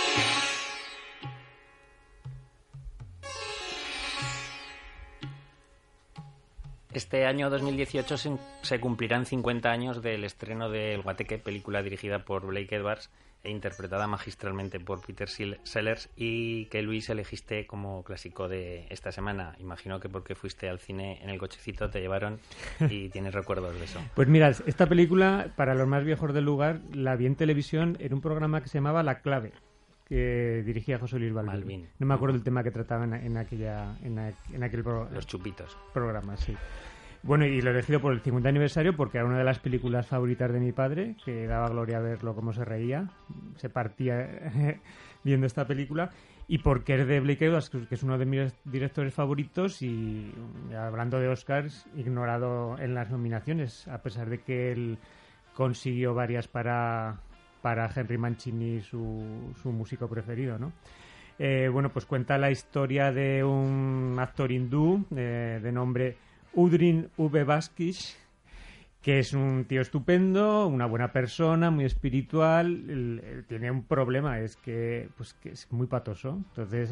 Este año 2018 se cumplirán 50 años del estreno de El Guateque, película dirigida por Blake Edwards e interpretada magistralmente por Peter Sellers, y que Luis elegiste como clásico de esta semana. Imagino que porque fuiste al cine en el cochecito te llevaron y tienes recuerdos de eso. Pues mira, esta película, para los más viejos del lugar, la vi en televisión en un programa que se llamaba La Clave, que dirigía José Luis Balbín. No me acuerdo el tema que trataba en aquel Los chupitos. programa, sí. Bueno, y lo he elegido por el 50 aniversario porque era una de las películas favoritas de mi padre, que daba gloria verlo cómo se reía, se partía viendo esta película, y porque es de Blake Edwards, que es uno de mis directores favoritos, y hablando de Oscars, ignorado en las nominaciones, a pesar de que él consiguió varias para Henry Mancini, su músico preferido, ¿no? Bueno, pues cuenta la historia de un actor hindú de nombre Udrin V. Baskish, que es un tío estupendo, una buena persona, muy espiritual. Tiene un problema, es que es muy patoso. Entonces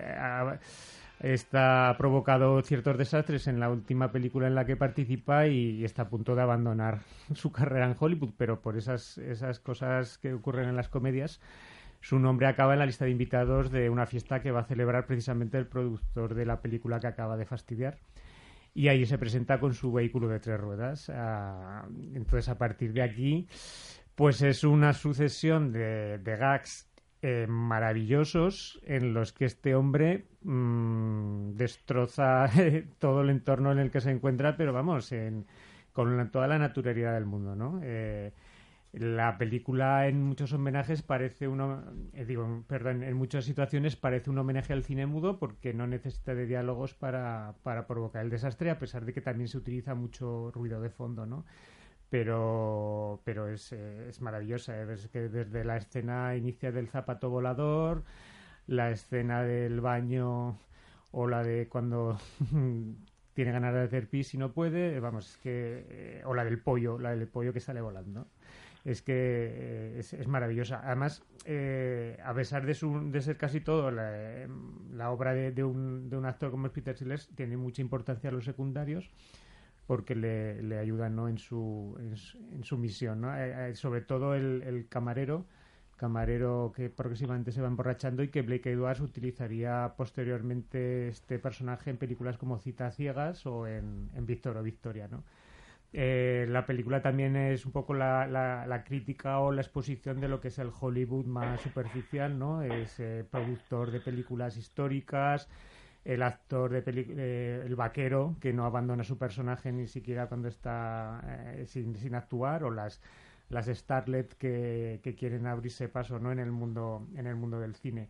está provocado ciertos desastres en la última película en la que participa y está a punto de abandonar su carrera en Hollywood, pero por esas cosas que ocurren en las comedias, su nombre acaba en la lista de invitados de una fiesta que va a celebrar precisamente el productor de la película que acaba de fastidiar. Y ahí se presenta con su vehículo de 3 ruedas. Entonces, a partir de aquí, pues es una sucesión de gags maravillosos en los que este hombre destroza todo el entorno en el que se encuentra, pero vamos, con toda la naturalidad del mundo, ¿no? La película en muchos homenajes parece en muchas situaciones parece un homenaje al cine mudo porque no necesita de diálogos para provocar el desastre, a pesar de que también se utiliza mucho ruido de fondo, ¿no? Pero es maravillosa, es que desde la escena inicial del zapato volador, la escena del baño o la de cuando tiene ganas de hacer pis y no puede, vamos, es que o la del pollo que sale volando. Es que es maravillosa. Además, a pesar de ser casi todo la obra de un actor como es Peter Sellers, tiene mucha importancia a los secundarios porque le ayudan, ¿no?, en su misión, ¿no? Sobre todo el camarero que progresivamente se va emborrachando y que Blake Edwards utilizaría posteriormente este personaje en películas como Citas ciegas o en Víctor o Victoria, ¿no? La película también es un poco la crítica o la exposición de lo que es el Hollywood más superficial, ¿no? Es productor de películas históricas, el actor el vaquero que no abandona su personaje ni siquiera cuando está sin actuar, o las starlet que quieren abrirse paso, ¿no?, en el mundo del cine.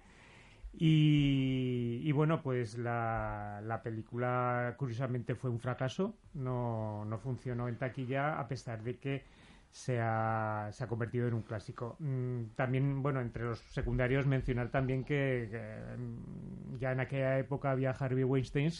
Y bueno, pues la película curiosamente fue un fracaso, no funcionó en taquilla, a pesar de que se ha convertido en un clásico. También, bueno, entre los secundarios mencionar también que ya en aquella época había Harvey Weinstein,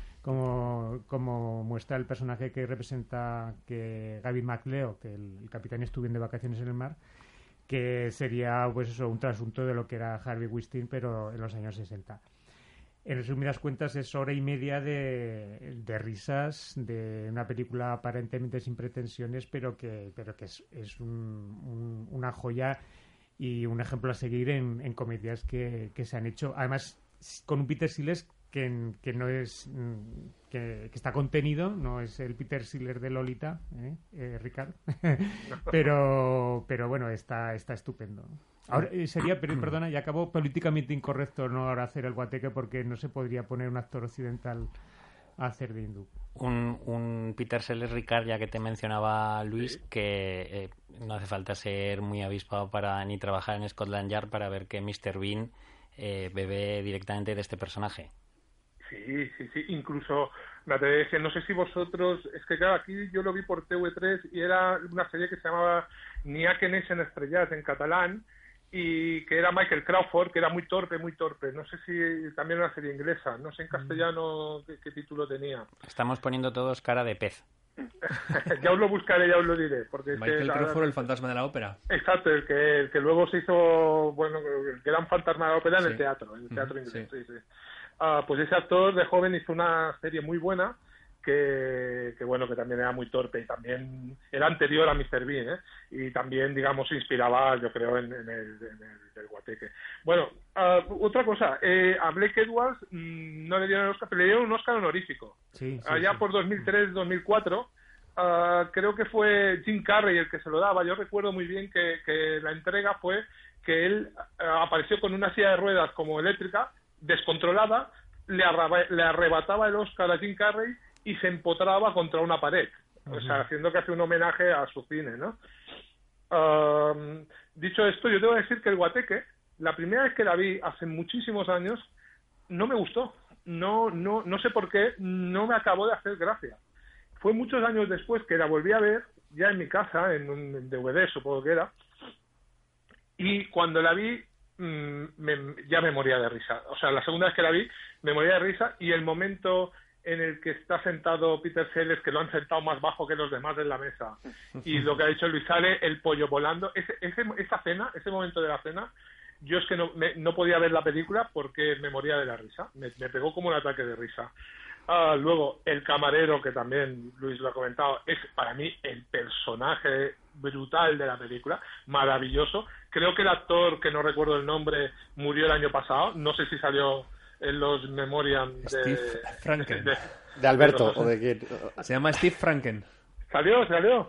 como muestra el personaje que representa Gavin MacLeod, que el capitán estuvo de vacaciones en el mar, que sería pues eso, un trasunto de lo que era Harvey Weinstein, pero en los años 60. En resumidas cuentas, es hora y media de risas, de una película aparentemente sin pretensiones, pero que es una joya y un ejemplo a seguir en comedias que se han hecho. Además, con un Peter Sellers que no es que está contenido, no es el Peter Sellers de Lolita, Ricard, pero bueno, está estupendo. Ahora sería, perdona, ya acabó, políticamente incorrecto no ahora hacer el Guateque porque no se podría poner un actor occidental a hacer de hindú. Un Peter Sellers, Ricard, ya que te mencionaba Luis, que no hace falta ser muy avispado ni trabajar en Scotland Yard para ver que Mr. Bean bebe directamente de este personaje. Sí, incluso me atrevería a decir, no sé si vosotros, es que claro, aquí yo lo vi por TV3 y era una serie que se llamaba N'hi ha que neixen estrellas en catalán, y que era Michael Crawford, que era muy torpe, no sé si también era una serie inglesa, no sé en castellano qué título tenía. Estamos poniendo todos cara de pez. Ya os lo buscaré, ya os lo diré. Porque Michael Crawford, el fantasma de la ópera. Exacto, el que luego se hizo, bueno, el gran fantasma de la ópera en el teatro inglés. Sí. Pues ese actor de joven hizo una serie muy buena que bueno, que también era muy torpe y también era anterior a Mr. Bean, ¿eh? Y también, digamos, se inspiraba, yo creo, en el Guateque. Bueno, otra cosa, a Blake Edwards no le dieron el Oscar, pero le dieron un Oscar honorífico. Allá por 2003-2004, creo que fue Jim Carrey el que se lo daba. Yo recuerdo muy bien que la entrega fue que él apareció con una silla de ruedas como eléctrica, descontrolada, le arrebataba el Oscar a Jim Carrey y se empotraba contra una pared, o sea, haciendo casi un homenaje a su cine, ¿no? Dicho esto, yo tengo que decir que el Guateque, la primera vez que la vi hace muchísimos años, no me gustó, no sé por qué, no me acabó de hacer gracia. Fue muchos años después que la volví a ver, ya en mi casa, en un DVD supongo que era, y cuando la vi ya me moría de risa. O sea, la segunda vez que la vi me moría de risa, y el momento en el que está sentado Peter Sellers, que lo han sentado más bajo que los demás en la mesa, y lo que ha dicho Luis, sale el pollo volando, esa cena, ese momento de la cena, yo es que no podía ver la película porque me moría de la risa, me pegó como un ataque de risa. Luego, el camarero, que también Luis lo ha comentado, es para mí el personaje brutal de la película, maravilloso. Creo que el actor, que no recuerdo el nombre, murió el año pasado, no sé si salió en los Memoriam Steve Franken. De Alberto, o de quién. Se llama Steve Franken. ¿Salió?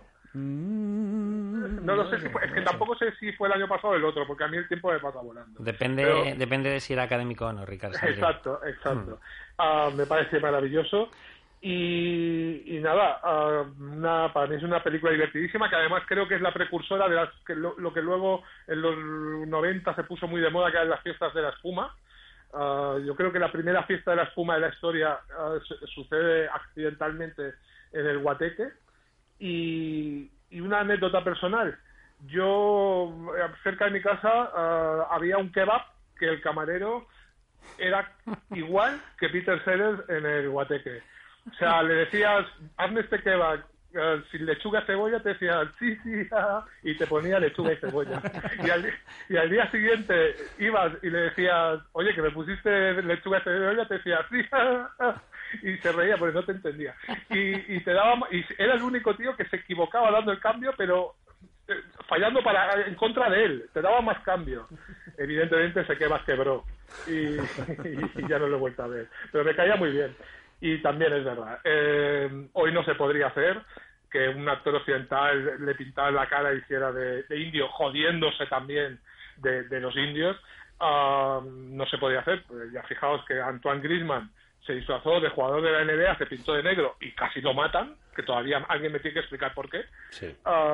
No lo sé si fue, es que tampoco sé si fue el año pasado o el otro, porque a mí el tiempo me pasa volando. Depende de si era académico o no, Ricardo. Exacto. Me parece maravilloso. Y nada, para mí es una película divertidísima, que además creo que es la precursora de lo que luego en los 90 se puso muy de moda, que eran las fiestas de la espuma. Yo creo que la primera fiesta de la espuma de la historia sucede accidentalmente en el Guateque. Y una anécdota personal, yo cerca de mi casa había un kebab que el camarero era igual que Peter Sellers en el Guateque. O sea, le decías, hazme este kebab sin lechuga y cebolla, te decía sí, y te ponía lechuga y cebolla. Y al día siguiente ibas y le decías, oye, que me pusiste lechuga y cebolla, te decía sí, y se reía porque no te entendía. Y te daba, y era el único tío que se equivocaba dando el cambio, pero fallando en contra de él, te daba más cambio. Evidentemente ese kebab quebró y ya no lo he vuelto a ver, pero me caía muy bien. Y también es verdad, hoy no se podría hacer que un actor occidental le pintara la cara y hiciera de indio, jodiéndose también de los indios. No se podía hacer. Ya fijaos que Antoine Griezmann se disfrazó de jugador de la NBA, se pintó de negro y casi lo matan, que todavía alguien me tiene que explicar por qué. Sí.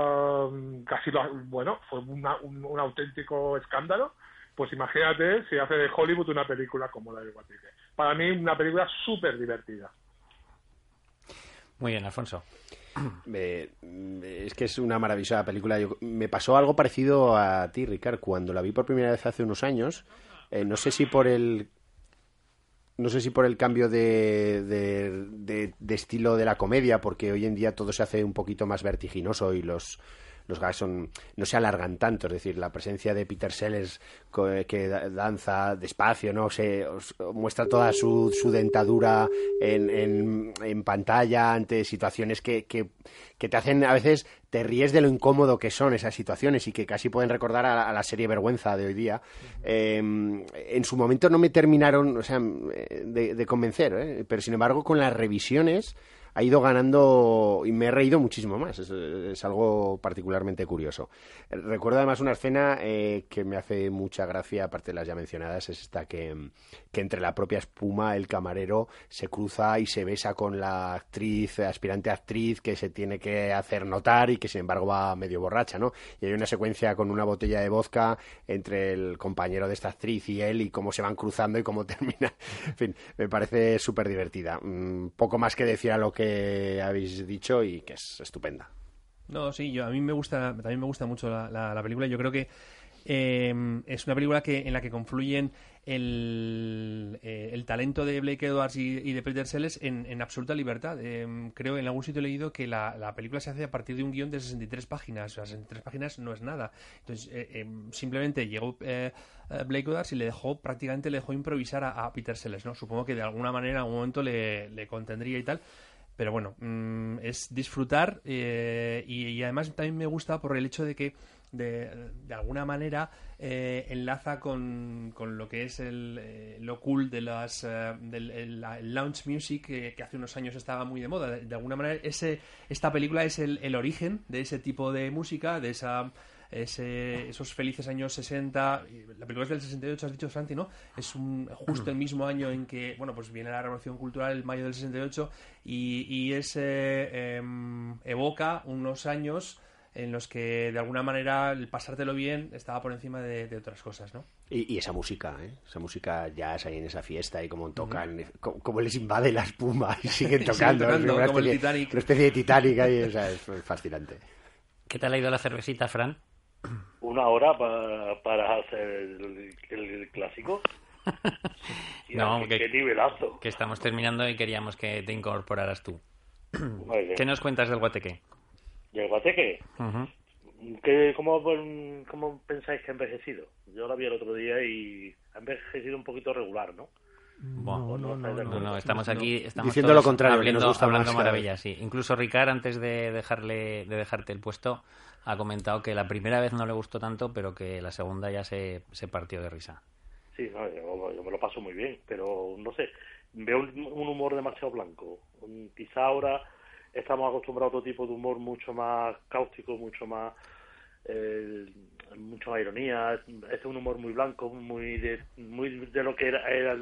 Fue un auténtico escándalo. Pues imagínate si hace de Hollywood una película como la de Guateque. Para mí, una película súper divertida. Muy bien, Alfonso. Es que es una maravillosa película. Me pasó algo parecido a ti, Ricard, cuando la vi por primera vez hace unos años. No sé si por el cambio de estilo de la comedia, porque hoy en día todo se hace un poquito más vertiginoso y los gags no se alargan tanto, es decir, la presencia de Peter Sellers que danza despacio, ¿no? Muestra toda su dentadura en pantalla ante situaciones que te hacen, a veces te ríes de lo incómodo que son esas situaciones y que casi pueden recordar a la serie Vergüenza de hoy día. En su momento no me terminaron, de convencer, pero sin embargo con las revisiones ha ido ganando y me he reído muchísimo más. Es algo particularmente curioso. Recuerdo además una escena que me hace mucha gracia, aparte de las ya mencionadas, es esta que entre la propia espuma el camarero se cruza y se besa con la aspirante actriz que se tiene que hacer notar y que sin embargo va medio borracha, ¿no? Y hay una secuencia con una botella de vodka entre el compañero de esta actriz y él y cómo se van cruzando y cómo termina. En fin, me parece súper divertida. Poco más que decir a lo que habéis dicho y que es estupenda. No, sí, también me gusta mucho la película. Yo creo que es una película en la que confluyen el talento de Blake Edwards y de Peter Sellers en absoluta libertad. Creo en algún sitio he leído que la película se hace a partir de un guión de 63 páginas. O sea, 63 páginas no es nada. Entonces, simplemente llegó Blake Edwards y prácticamente le dejó improvisar a Peter Sellers, ¿no? Supongo que de alguna manera en algún momento le contendría y tal. Pero bueno, es disfrutar y además también me gusta por el hecho de que de alguna manera enlaza con lo que es lo cool de del lounge music que hace unos años estaba muy de moda. De alguna manera esta película es el origen de ese tipo de música, de esos felices años 60. La película es del 68, has dicho, Santi, ¿no? Es justo el mismo año en que, bueno, pues viene la Revolución Cultural, el mayo del 68, y evoca unos años en los que de alguna manera el pasártelo bien estaba por encima de otras cosas, ¿no? Y esa música, esa música jazz ahí en esa fiesta y cómo tocan, cómo les invade la espuma y siguen tocando, como el Titanic. Una especie de Titanic ahí, o sea, es fascinante. ¿Qué tal ha ido la cervecita, Fran? 1 hora para hacer el clásico. No, qué nivelazo. Que estamos terminando y queríamos que te incorporaras tú. ¿Qué nos cuentas del Guateque? ¿Del Guateque? Uh-huh. ¿Cómo pensáis que ha envejecido? Yo la vi el otro día y ha envejecido un poquito regular, ¿no? No, estamos aquí diciendo lo contrario, que nos gusta hablando más, maravillas, sí. Incluso Ricard, antes de dejarte el puesto, ha comentado que la primera vez no le gustó tanto, pero que la segunda ya se partió de risa. Sí, no, yo me lo paso muy bien, pero no sé, veo un humor demasiado blanco. Quizá ahora estamos acostumbrados a otro tipo de humor mucho más cáustico, mucho más ironía. Este es un humor muy blanco, muy de lo que era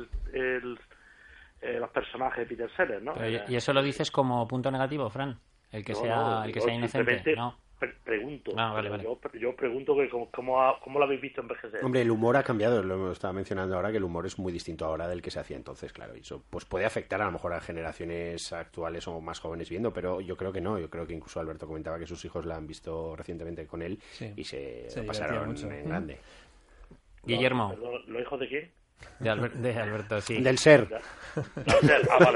los personajes de Peter Sellers, ¿no? ¿Y eso lo dices como punto negativo, Fran? El que sea inocente, ¿no? Pregunto. Vale. Yo pregunto que cómo lo habéis visto envejecer. Hombre, el humor ha cambiado, lo estaba mencionando ahora, que el humor es muy distinto ahora del que se hacía entonces, claro. Y eso pues puede afectar a lo mejor a generaciones actuales o más jóvenes viendo, pero yo creo que no. Yo creo que incluso Alberto comentaba que sus hijos la han visto recientemente con él y se pasaron mucho en grande. Guillermo. ¿Los hijos de quién? De Alberto, sí. Del ser. Vale.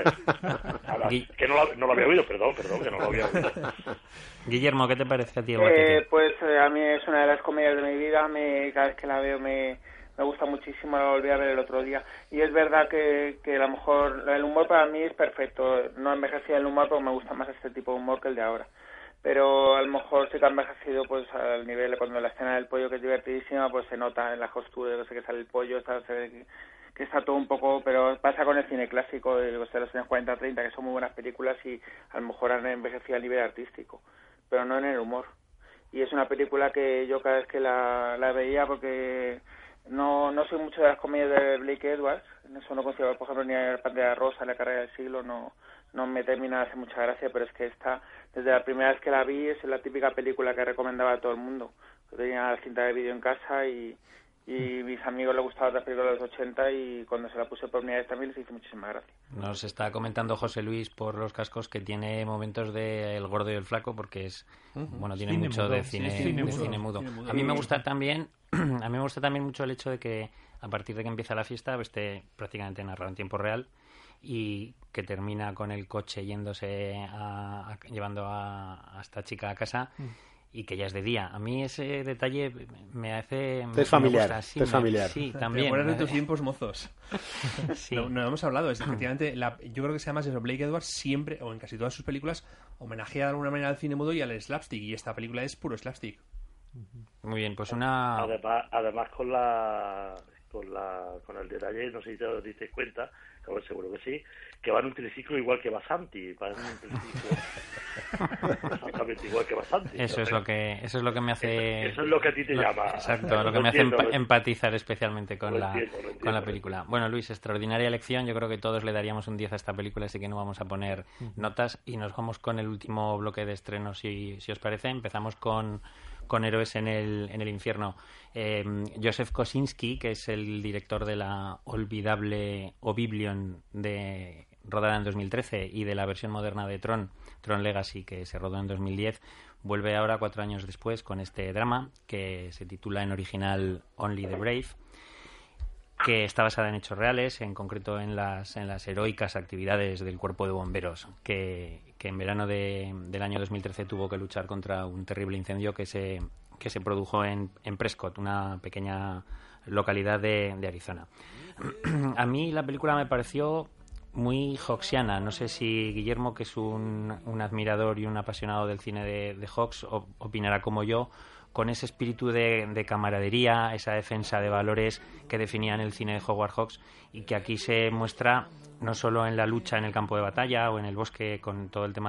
Que no lo había oído, perdón, que no lo había oído. Guillermo, ¿qué te parece a ti el Guateque? Pues a mí es una de las comedias de mi vida. Cada vez que la veo me gusta muchísimo. La volví a ver el otro día. Y es verdad que a lo mejor el humor para mí es perfecto. No envejecía el humor, pero me gusta más este tipo de humor que el de ahora. Pero a lo mejor sí que ha envejecido pues al nivel de cuando la escena del pollo, que es divertidísima, pues se nota en la costura, que sale el pollo, se ve que está todo un poco, pero pasa con el cine clásico de los años 40-30, que son muy buenas películas y a lo mejor han envejecido a nivel artístico, pero no en el humor. Y es una película que yo cada vez que la veía, porque no soy mucho de las comedias de Blake Edwards, eso no considero, por ejemplo, ni el Pantera Rosa, La Carrera del Siglo, no me termina de hacer mucha gracia, pero es que esta, desde la primera vez que la vi, es la típica película que recomendaba a todo el mundo. Yo tenía la cinta de vídeo en casa y mis amigos les gustaban las películas de los 80 y cuando se la puse por primera vez también les hizo muchísima gracia. Nos está comentando José Luis por los cascos que tiene momentos de El Gordo y el Flaco, porque tiene mucho de cine mudo. A mí me gusta también mucho el hecho de que a partir de que empieza la fiesta esté prácticamente narrado en tiempo real y que termina con el coche yéndose llevando a esta chica a casa y que ya es de día. A mí ese detalle me hace... Es familiar, me gusta. familiar. Sí, también. Te acuerdas de tus tiempos mozos. Sí. No hemos hablado, efectivamente, yo creo que se llama eso, Blake Edwards siempre, o en casi todas sus películas, homenajea de alguna manera al cine mudo y al slapstick, y esta película es puro slapstick. Muy bien, pues una... Además con la con el detalle, no sé si te os diste cuenta, claro, seguro que sí, que va en un triciclo igual que Basanti, va en un triciclo exactamente igual que Basanti. Eso es lo que me hace... Eso es lo que a ti te llama. Exacto, lo que me hace empatizar especialmente con la película. Bueno, Luis, extraordinaria elección. Yo creo que todos le daríamos un 10 a esta película, así que no vamos a poner notas. Y nos vamos con el último bloque de estrenos, si os parece. Empezamos con Héroes en el infierno. Joseph Kosinski, que es el director de la olvidable Oblivion, rodada en 2013, y de la versión moderna de Tron Legacy, que se rodó en 2010, vuelve ahora 4 años después con este drama que se titula en original Only the Brave, que está basada en hechos reales, en concreto en las heroicas actividades del cuerpo de bomberos que en verano del año 2013 tuvo que luchar contra un terrible incendio que se produjo en Prescott, una pequeña localidad de Arizona. A mí la película me pareció muy Hawksiana. No sé si Guillermo, que es un admirador y un apasionado del cine de Hawks, opinará como yo, con ese espíritu de camaradería, esa defensa de valores que definían el cine de Howard Hawks, y que aquí se muestra no solo en la lucha en el campo de batalla o en el bosque con todo el tema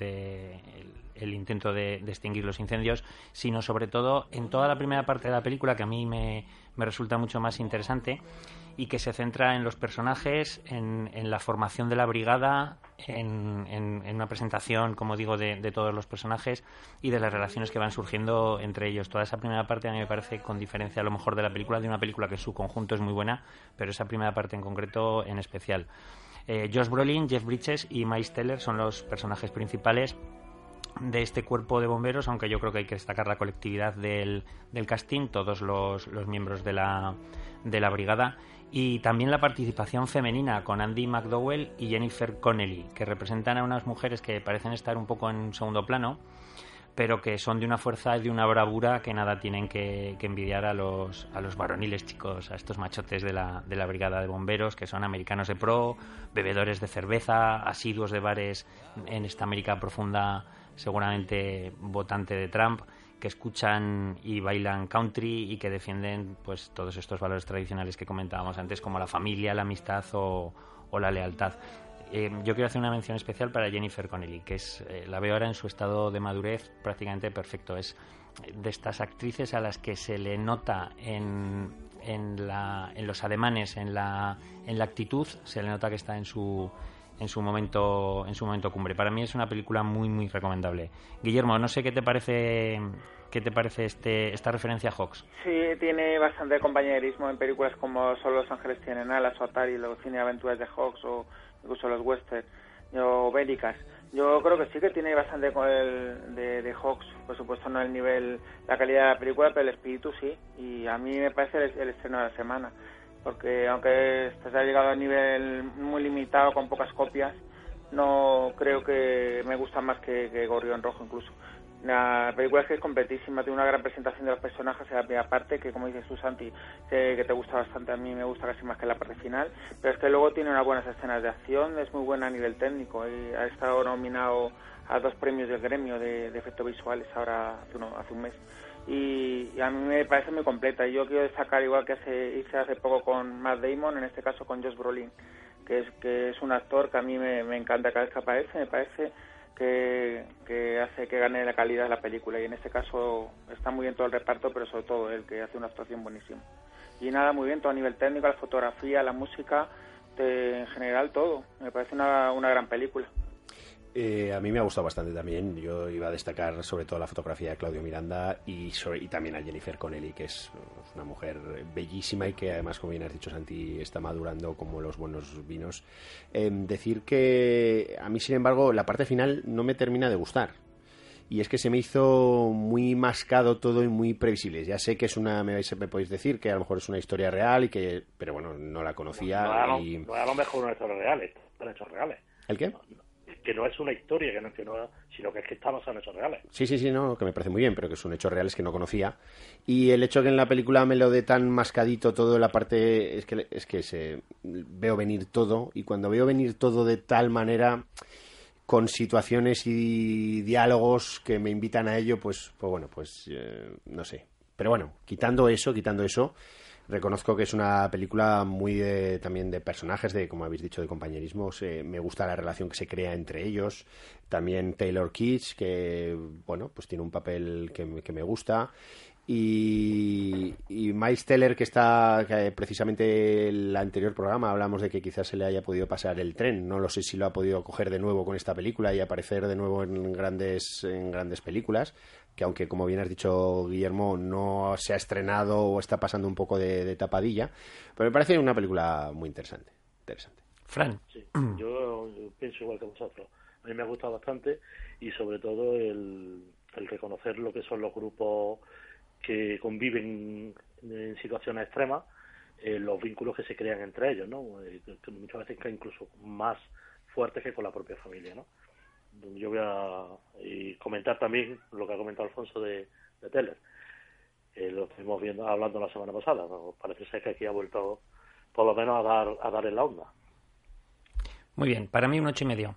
el intento de extinguir los incendios, sino sobre todo en toda la primera parte de la película, que a mí me resulta mucho más interesante y que se centra en los personajes, en la formación de la brigada, en una presentación, como digo, de todos los personajes y de las relaciones que van surgiendo entre ellos. Toda esa primera parte a mí me parece, con diferencia a lo mejor de la película, de una película que en su conjunto es muy buena, pero esa primera parte en concreto en especial. Josh Brolin, Jeff Bridges y Miles Teller son los personajes principales de este cuerpo de bomberos, aunque yo creo que hay que destacar la colectividad del casting, todos los miembros de la brigada, y también la participación femenina con Andy McDowell y Jennifer Connelly, que representan a unas mujeres que parecen estar un poco en segundo plano, pero que son de una fuerza y de una bravura que nada tienen que envidiar a los varoniles chicos, a estos machotes de la brigada de bomberos, que son americanos de pro, bebedores de cerveza, asiduos de bares en esta América profunda, seguramente votante de Trump, que escuchan y bailan country y que defienden pues todos estos valores tradicionales que comentábamos antes, como la familia, la amistad o la lealtad. Yo quiero hacer una mención especial para Jennifer Connelly, que la veo ahora en su estado de madurez prácticamente perfecto. Es de estas actrices a las que se le nota en los ademanes, en la actitud, se le nota que está en su momento cumbre. Para mí es una película muy muy recomendable. Guillermo, no sé qué te parece esta referencia a Hawks. Sí, tiene bastante compañerismo en películas como Solo los ángeles tienen alas o Atari, los cine aventuras de Hawks o incluso los western o bélicas. Yo creo que sí que tiene bastante con el de Hawks, por supuesto no el nivel, la calidad de la película, pero el espíritu sí, y a mí me parece el estreno de la semana, porque aunque se ha llegado a un nivel muy limitado con pocas copias, no creo que me gusta más que Gorrión Rojo incluso. La película es que es completísima, tiene una gran presentación de los personajes en la primera parte, que como dices tú, Santi, que te gusta bastante, a mí me gusta casi más que la parte final, pero es que luego tiene unas buenas escenas de acción, es muy buena a nivel técnico y ha estado nominado a 2 premios del gremio de efectos visuales ahora hace un mes. Y a mí me parece muy completa, y yo quiero destacar, igual que hice hace poco con Matt Damon, en este caso con Josh Brolin, que es un actor que a mí me encanta cada vez que aparece, me parece que hace que gane la calidad de la película, y en este caso está muy bien todo el reparto, pero sobre todo él, que hace una actuación buenísima. Y nada, muy bien todo a nivel técnico, la fotografía, la música, en general todo, me parece una gran película. A mí me ha gustado bastante también. Yo iba a destacar sobre todo la fotografía de Claudio Miranda y también a Jennifer Connelly, que es una mujer bellísima y que además, como bien has dicho, Santi, está madurando como los buenos vinos. Decir que a mí, sin embargo, la parte final no me termina de gustar. Y es que se me hizo muy mascado todo y muy previsible. Ya sé que es me podéis decir que a lo mejor es una historia real, pero bueno, no la conocía. No a lo mejor una historia real, son hechos reales. ¿El qué? Que no es una historia, sino que es que está basado en hechos reales. Sí, no, que me parece muy bien, pero que son hechos reales que no conocía. Y el hecho que en la película me lo dé tan mascadito todo, la parte es que veo venir todo, y cuando veo venir todo de tal manera, con situaciones y diálogos que me invitan a ello, pues bueno, no sé. Pero bueno, quitando eso, reconozco que es una película muy también de personajes, de, como habéis dicho, de compañerismo. Me gusta la relación que se crea entre ellos. También Taylor Kitsch, que bueno, pues tiene un papel que me gusta. Y Miles Teller, que precisamente el anterior programa hablamos de que quizás se le haya podido pasar el tren. No lo sé si lo ha podido coger de nuevo con esta película y aparecer de nuevo en grandes películas, que aunque, como bien has dicho, Guillermo, no se ha estrenado o está pasando un poco de tapadilla, pero me parece una película muy interesante. Fran. Sí, yo pienso igual que vosotros. A mí me ha gustado bastante, y sobre todo el reconocer lo que son los grupos que conviven en situaciones extremas, los vínculos que se crean entre ellos, ¿no? Que muchas veces que incluso más fuertes que con la propia familia, ¿no? Yo voy a comentar también lo que ha comentado Alfonso de Teller. Lo estuvimos hablando la semana pasada, ¿no? Parece ser que aquí ha vuelto por lo menos a dar en la onda. Muy bien, para mí un 8,5.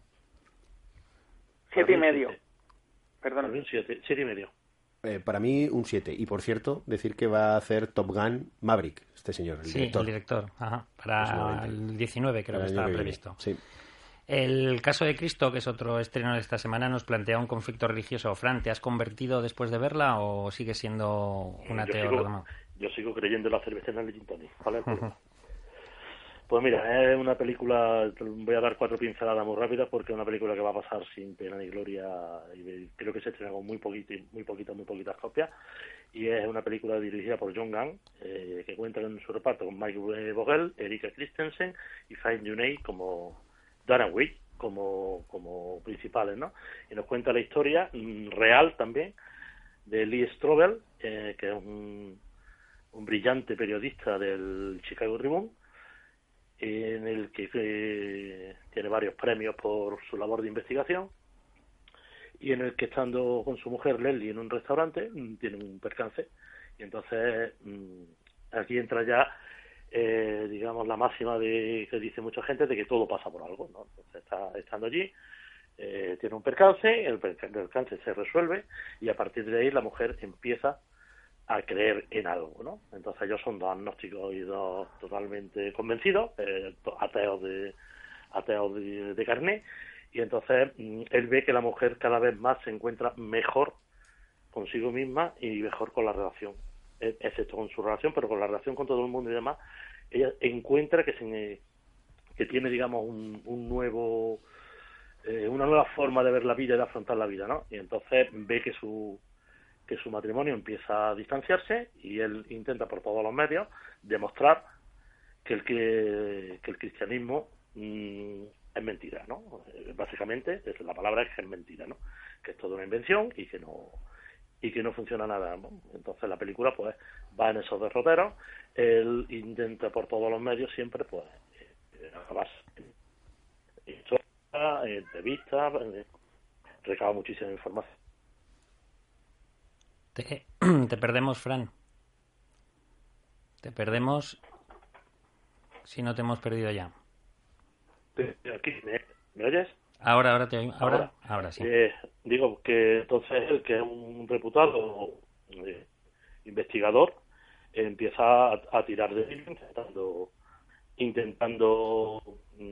7,5. Perdón. Para mí un 7,5. Para mí un 7. Y por cierto, decir que va a hacer Top Gun Maverick, este señor, el director. Ajá, para el 19 creo que estaba previsto. Sí. El caso de Cristo, que es otro estreno de esta semana, nos plantea un conflicto religioso. Fran, ¿te has convertido después de verla o sigues siendo un ateo? Yo sigo creyendo en la cerveza en el gin tonic, ¿vale? Pues mira, es una película, voy a dar 4 pinceladas muy rápidas porque es una película que va a pasar sin pena ni gloria, y creo que se estrena con muy poquitas copias, y es una película dirigida por John Gunn, que cuenta en su reparto con Mike Vogel, Erika Christensen y Faye Dunaway como Dana White como principales, ¿no? Y nos cuenta la historia real también de Lee Strobel, que es un brillante periodista del Chicago Tribune, en el que tiene varios premios por su labor de investigación, y en el que, estando con su mujer Leslie en un restaurante, tiene un percance, y entonces aquí entra ya digamos la máxima que dice mucha gente de que todo pasa por algo, ¿no? Entonces está estando allí, tiene un percance, el percance se resuelve, y a partir de ahí la mujer empieza a creer en algo, ¿no? Entonces ellos son dos agnósticos y dos totalmente convencidos, ateos de carné, y entonces él ve que la mujer cada vez más se encuentra mejor consigo misma y mejor con la relación, excepto con su relación, pero con la relación con todo el mundo y demás, ella encuentra que tiene, digamos, una nueva forma de ver la vida y de afrontar la vida, ¿no? Y entonces ve que su matrimonio empieza a distanciarse, y él intenta por todos los medios demostrar que el cristianismo es mentira, ¿no? Básicamente la palabra es mentira, ¿no? Que es toda una invención y que no funciona nada, ¿no? Entonces la película pues va en esos derroteros. Él intenta por todos los medios siempre pues acabar entrevistas, recaba muchísima información. Te perdemos, Fran. Te perdemos si no te hemos perdido ya. Aquí, ¿me oyes? Ahora te oigo. Ahora sí. Digo que entonces él, que es un reputado investigador, empieza a tirar de él, intentando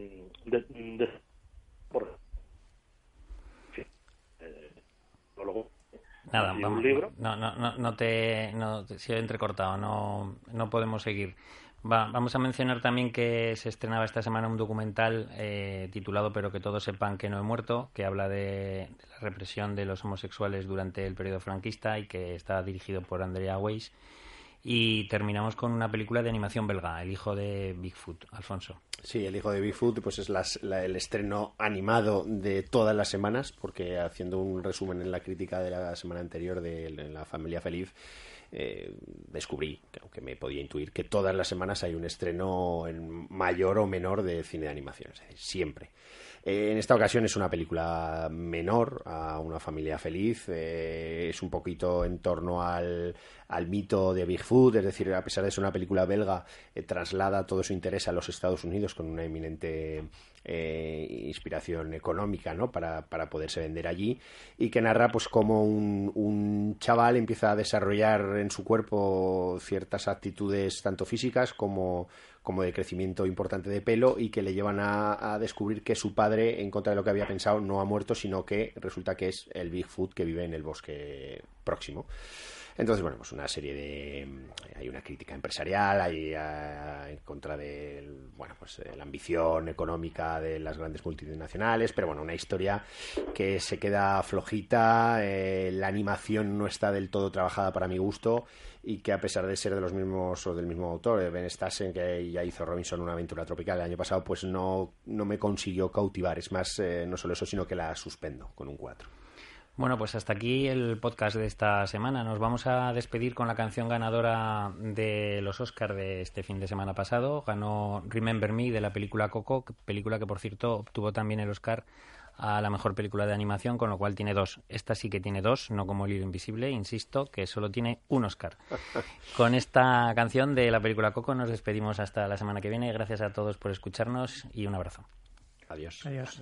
nada, vamos, un libro. No te se ha entrecortado, no podemos seguir. Vamos a mencionar también que se estrenaba esta semana un documental titulado Pero que todos sepan que no he muerto, que habla de la represión de los homosexuales durante el periodo franquista y que está dirigido por Andrea Weiss. Y terminamos con una película de animación belga, El hijo de Bigfoot. Alfonso. Sí, El hijo de Bigfoot pues es el estreno animado de todas las semanas, porque haciendo un resumen en la crítica de la semana anterior de La familia feliz, descubrí, aunque me podía intuir, que todas las semanas hay un estreno en mayor o menor de cine de animación, siempre. En esta ocasión es una película menor a Una familia feliz, es un poquito en torno al mito de Bigfoot, es decir, a pesar de ser una película belga, traslada todo su interés a los Estados Unidos Unidos con una eminente inspiración económica, ¿no? para poderse vender allí, y que narra pues cómo un chaval empieza a desarrollar en su cuerpo ciertas actitudes tanto físicas como de crecimiento importante de pelo, y que le llevan a descubrir que su padre, en contra de lo que había pensado, no ha muerto, sino que resulta que es el Bigfoot que vive en el bosque próximo. Entonces, bueno, pues una serie de... Hay una crítica empresarial, hay en contra de, bueno, pues la ambición económica de las grandes multinacionales, pero bueno, una historia que se queda flojita, la animación no está del todo trabajada para mi gusto, y que a pesar de ser de los mismos o del mismo autor, Ben Stassen, que ya hizo Robinson, una aventura tropical el año pasado, pues no me consiguió cautivar. Es más, no solo eso, sino que la suspendo con un 4. Bueno, pues hasta aquí el podcast de esta semana. Nos vamos a despedir con la canción ganadora de los Oscar de este fin de semana pasado. Ganó Remember Me, de la película Coco, película que, por cierto, obtuvo también el Oscar a la mejor película de animación, con lo cual tiene 2. Esta sí que tiene 2, no como El hilo invisible, insisto, que solo tiene un Oscar. Con esta canción de la película Coco nos despedimos hasta la semana que viene. Gracias a todos por escucharnos y un abrazo. Adiós. Adiós.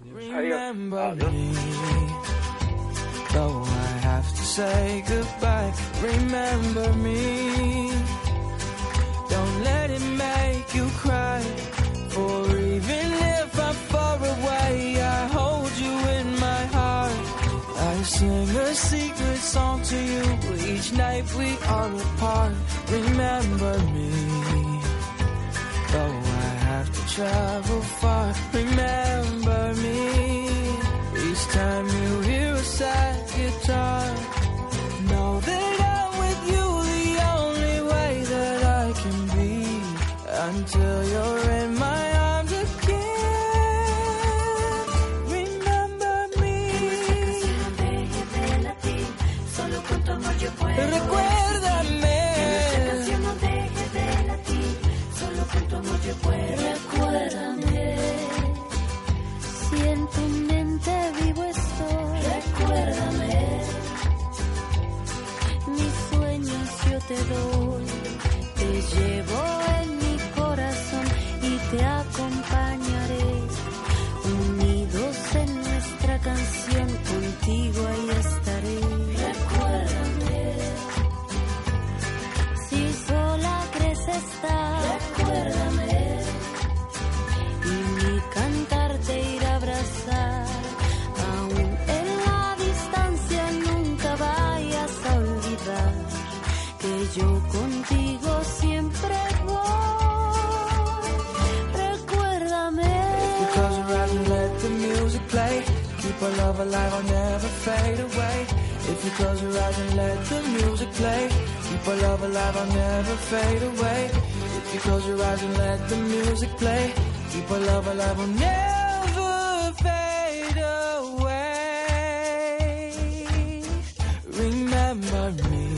Though I have to say goodbye, remember me. Don't let it make you cry. For even if I'm far away, I hold you in my heart. I sing a secret song to you each night we are apart. Remember me. Though I have to travel far, remember me. Each time you hear a sad guitar, know that I'm with you the only way that I can be, until you're in my arms again. Remember me. Recuérdame. Recuérdame. Si en tu mente vivo estoy, recuérdame. Mis sueños yo te doy, te llevo en mi corazón y te acompañaré. Unidos en nuestra canción, contigo ahí estaré. Recuérdame. Si sola crees estar, recuérdame. Y mi cantar te irá a abrazar. Aún en la distancia nunca vayas a olvidar que yo contigo siempre voy. Recuérdame. Because you're out and let the music play, keep our love alive, I'll never fade away. If you close your eyes and let the music play, keep our love alive, I'll never fade away. If you close your eyes and let the music play, keep our love alive, I'll never fade away. Remember me,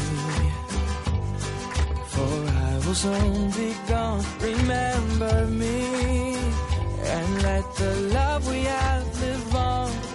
for I will soon be gone. Remember me, and let the love we have live on.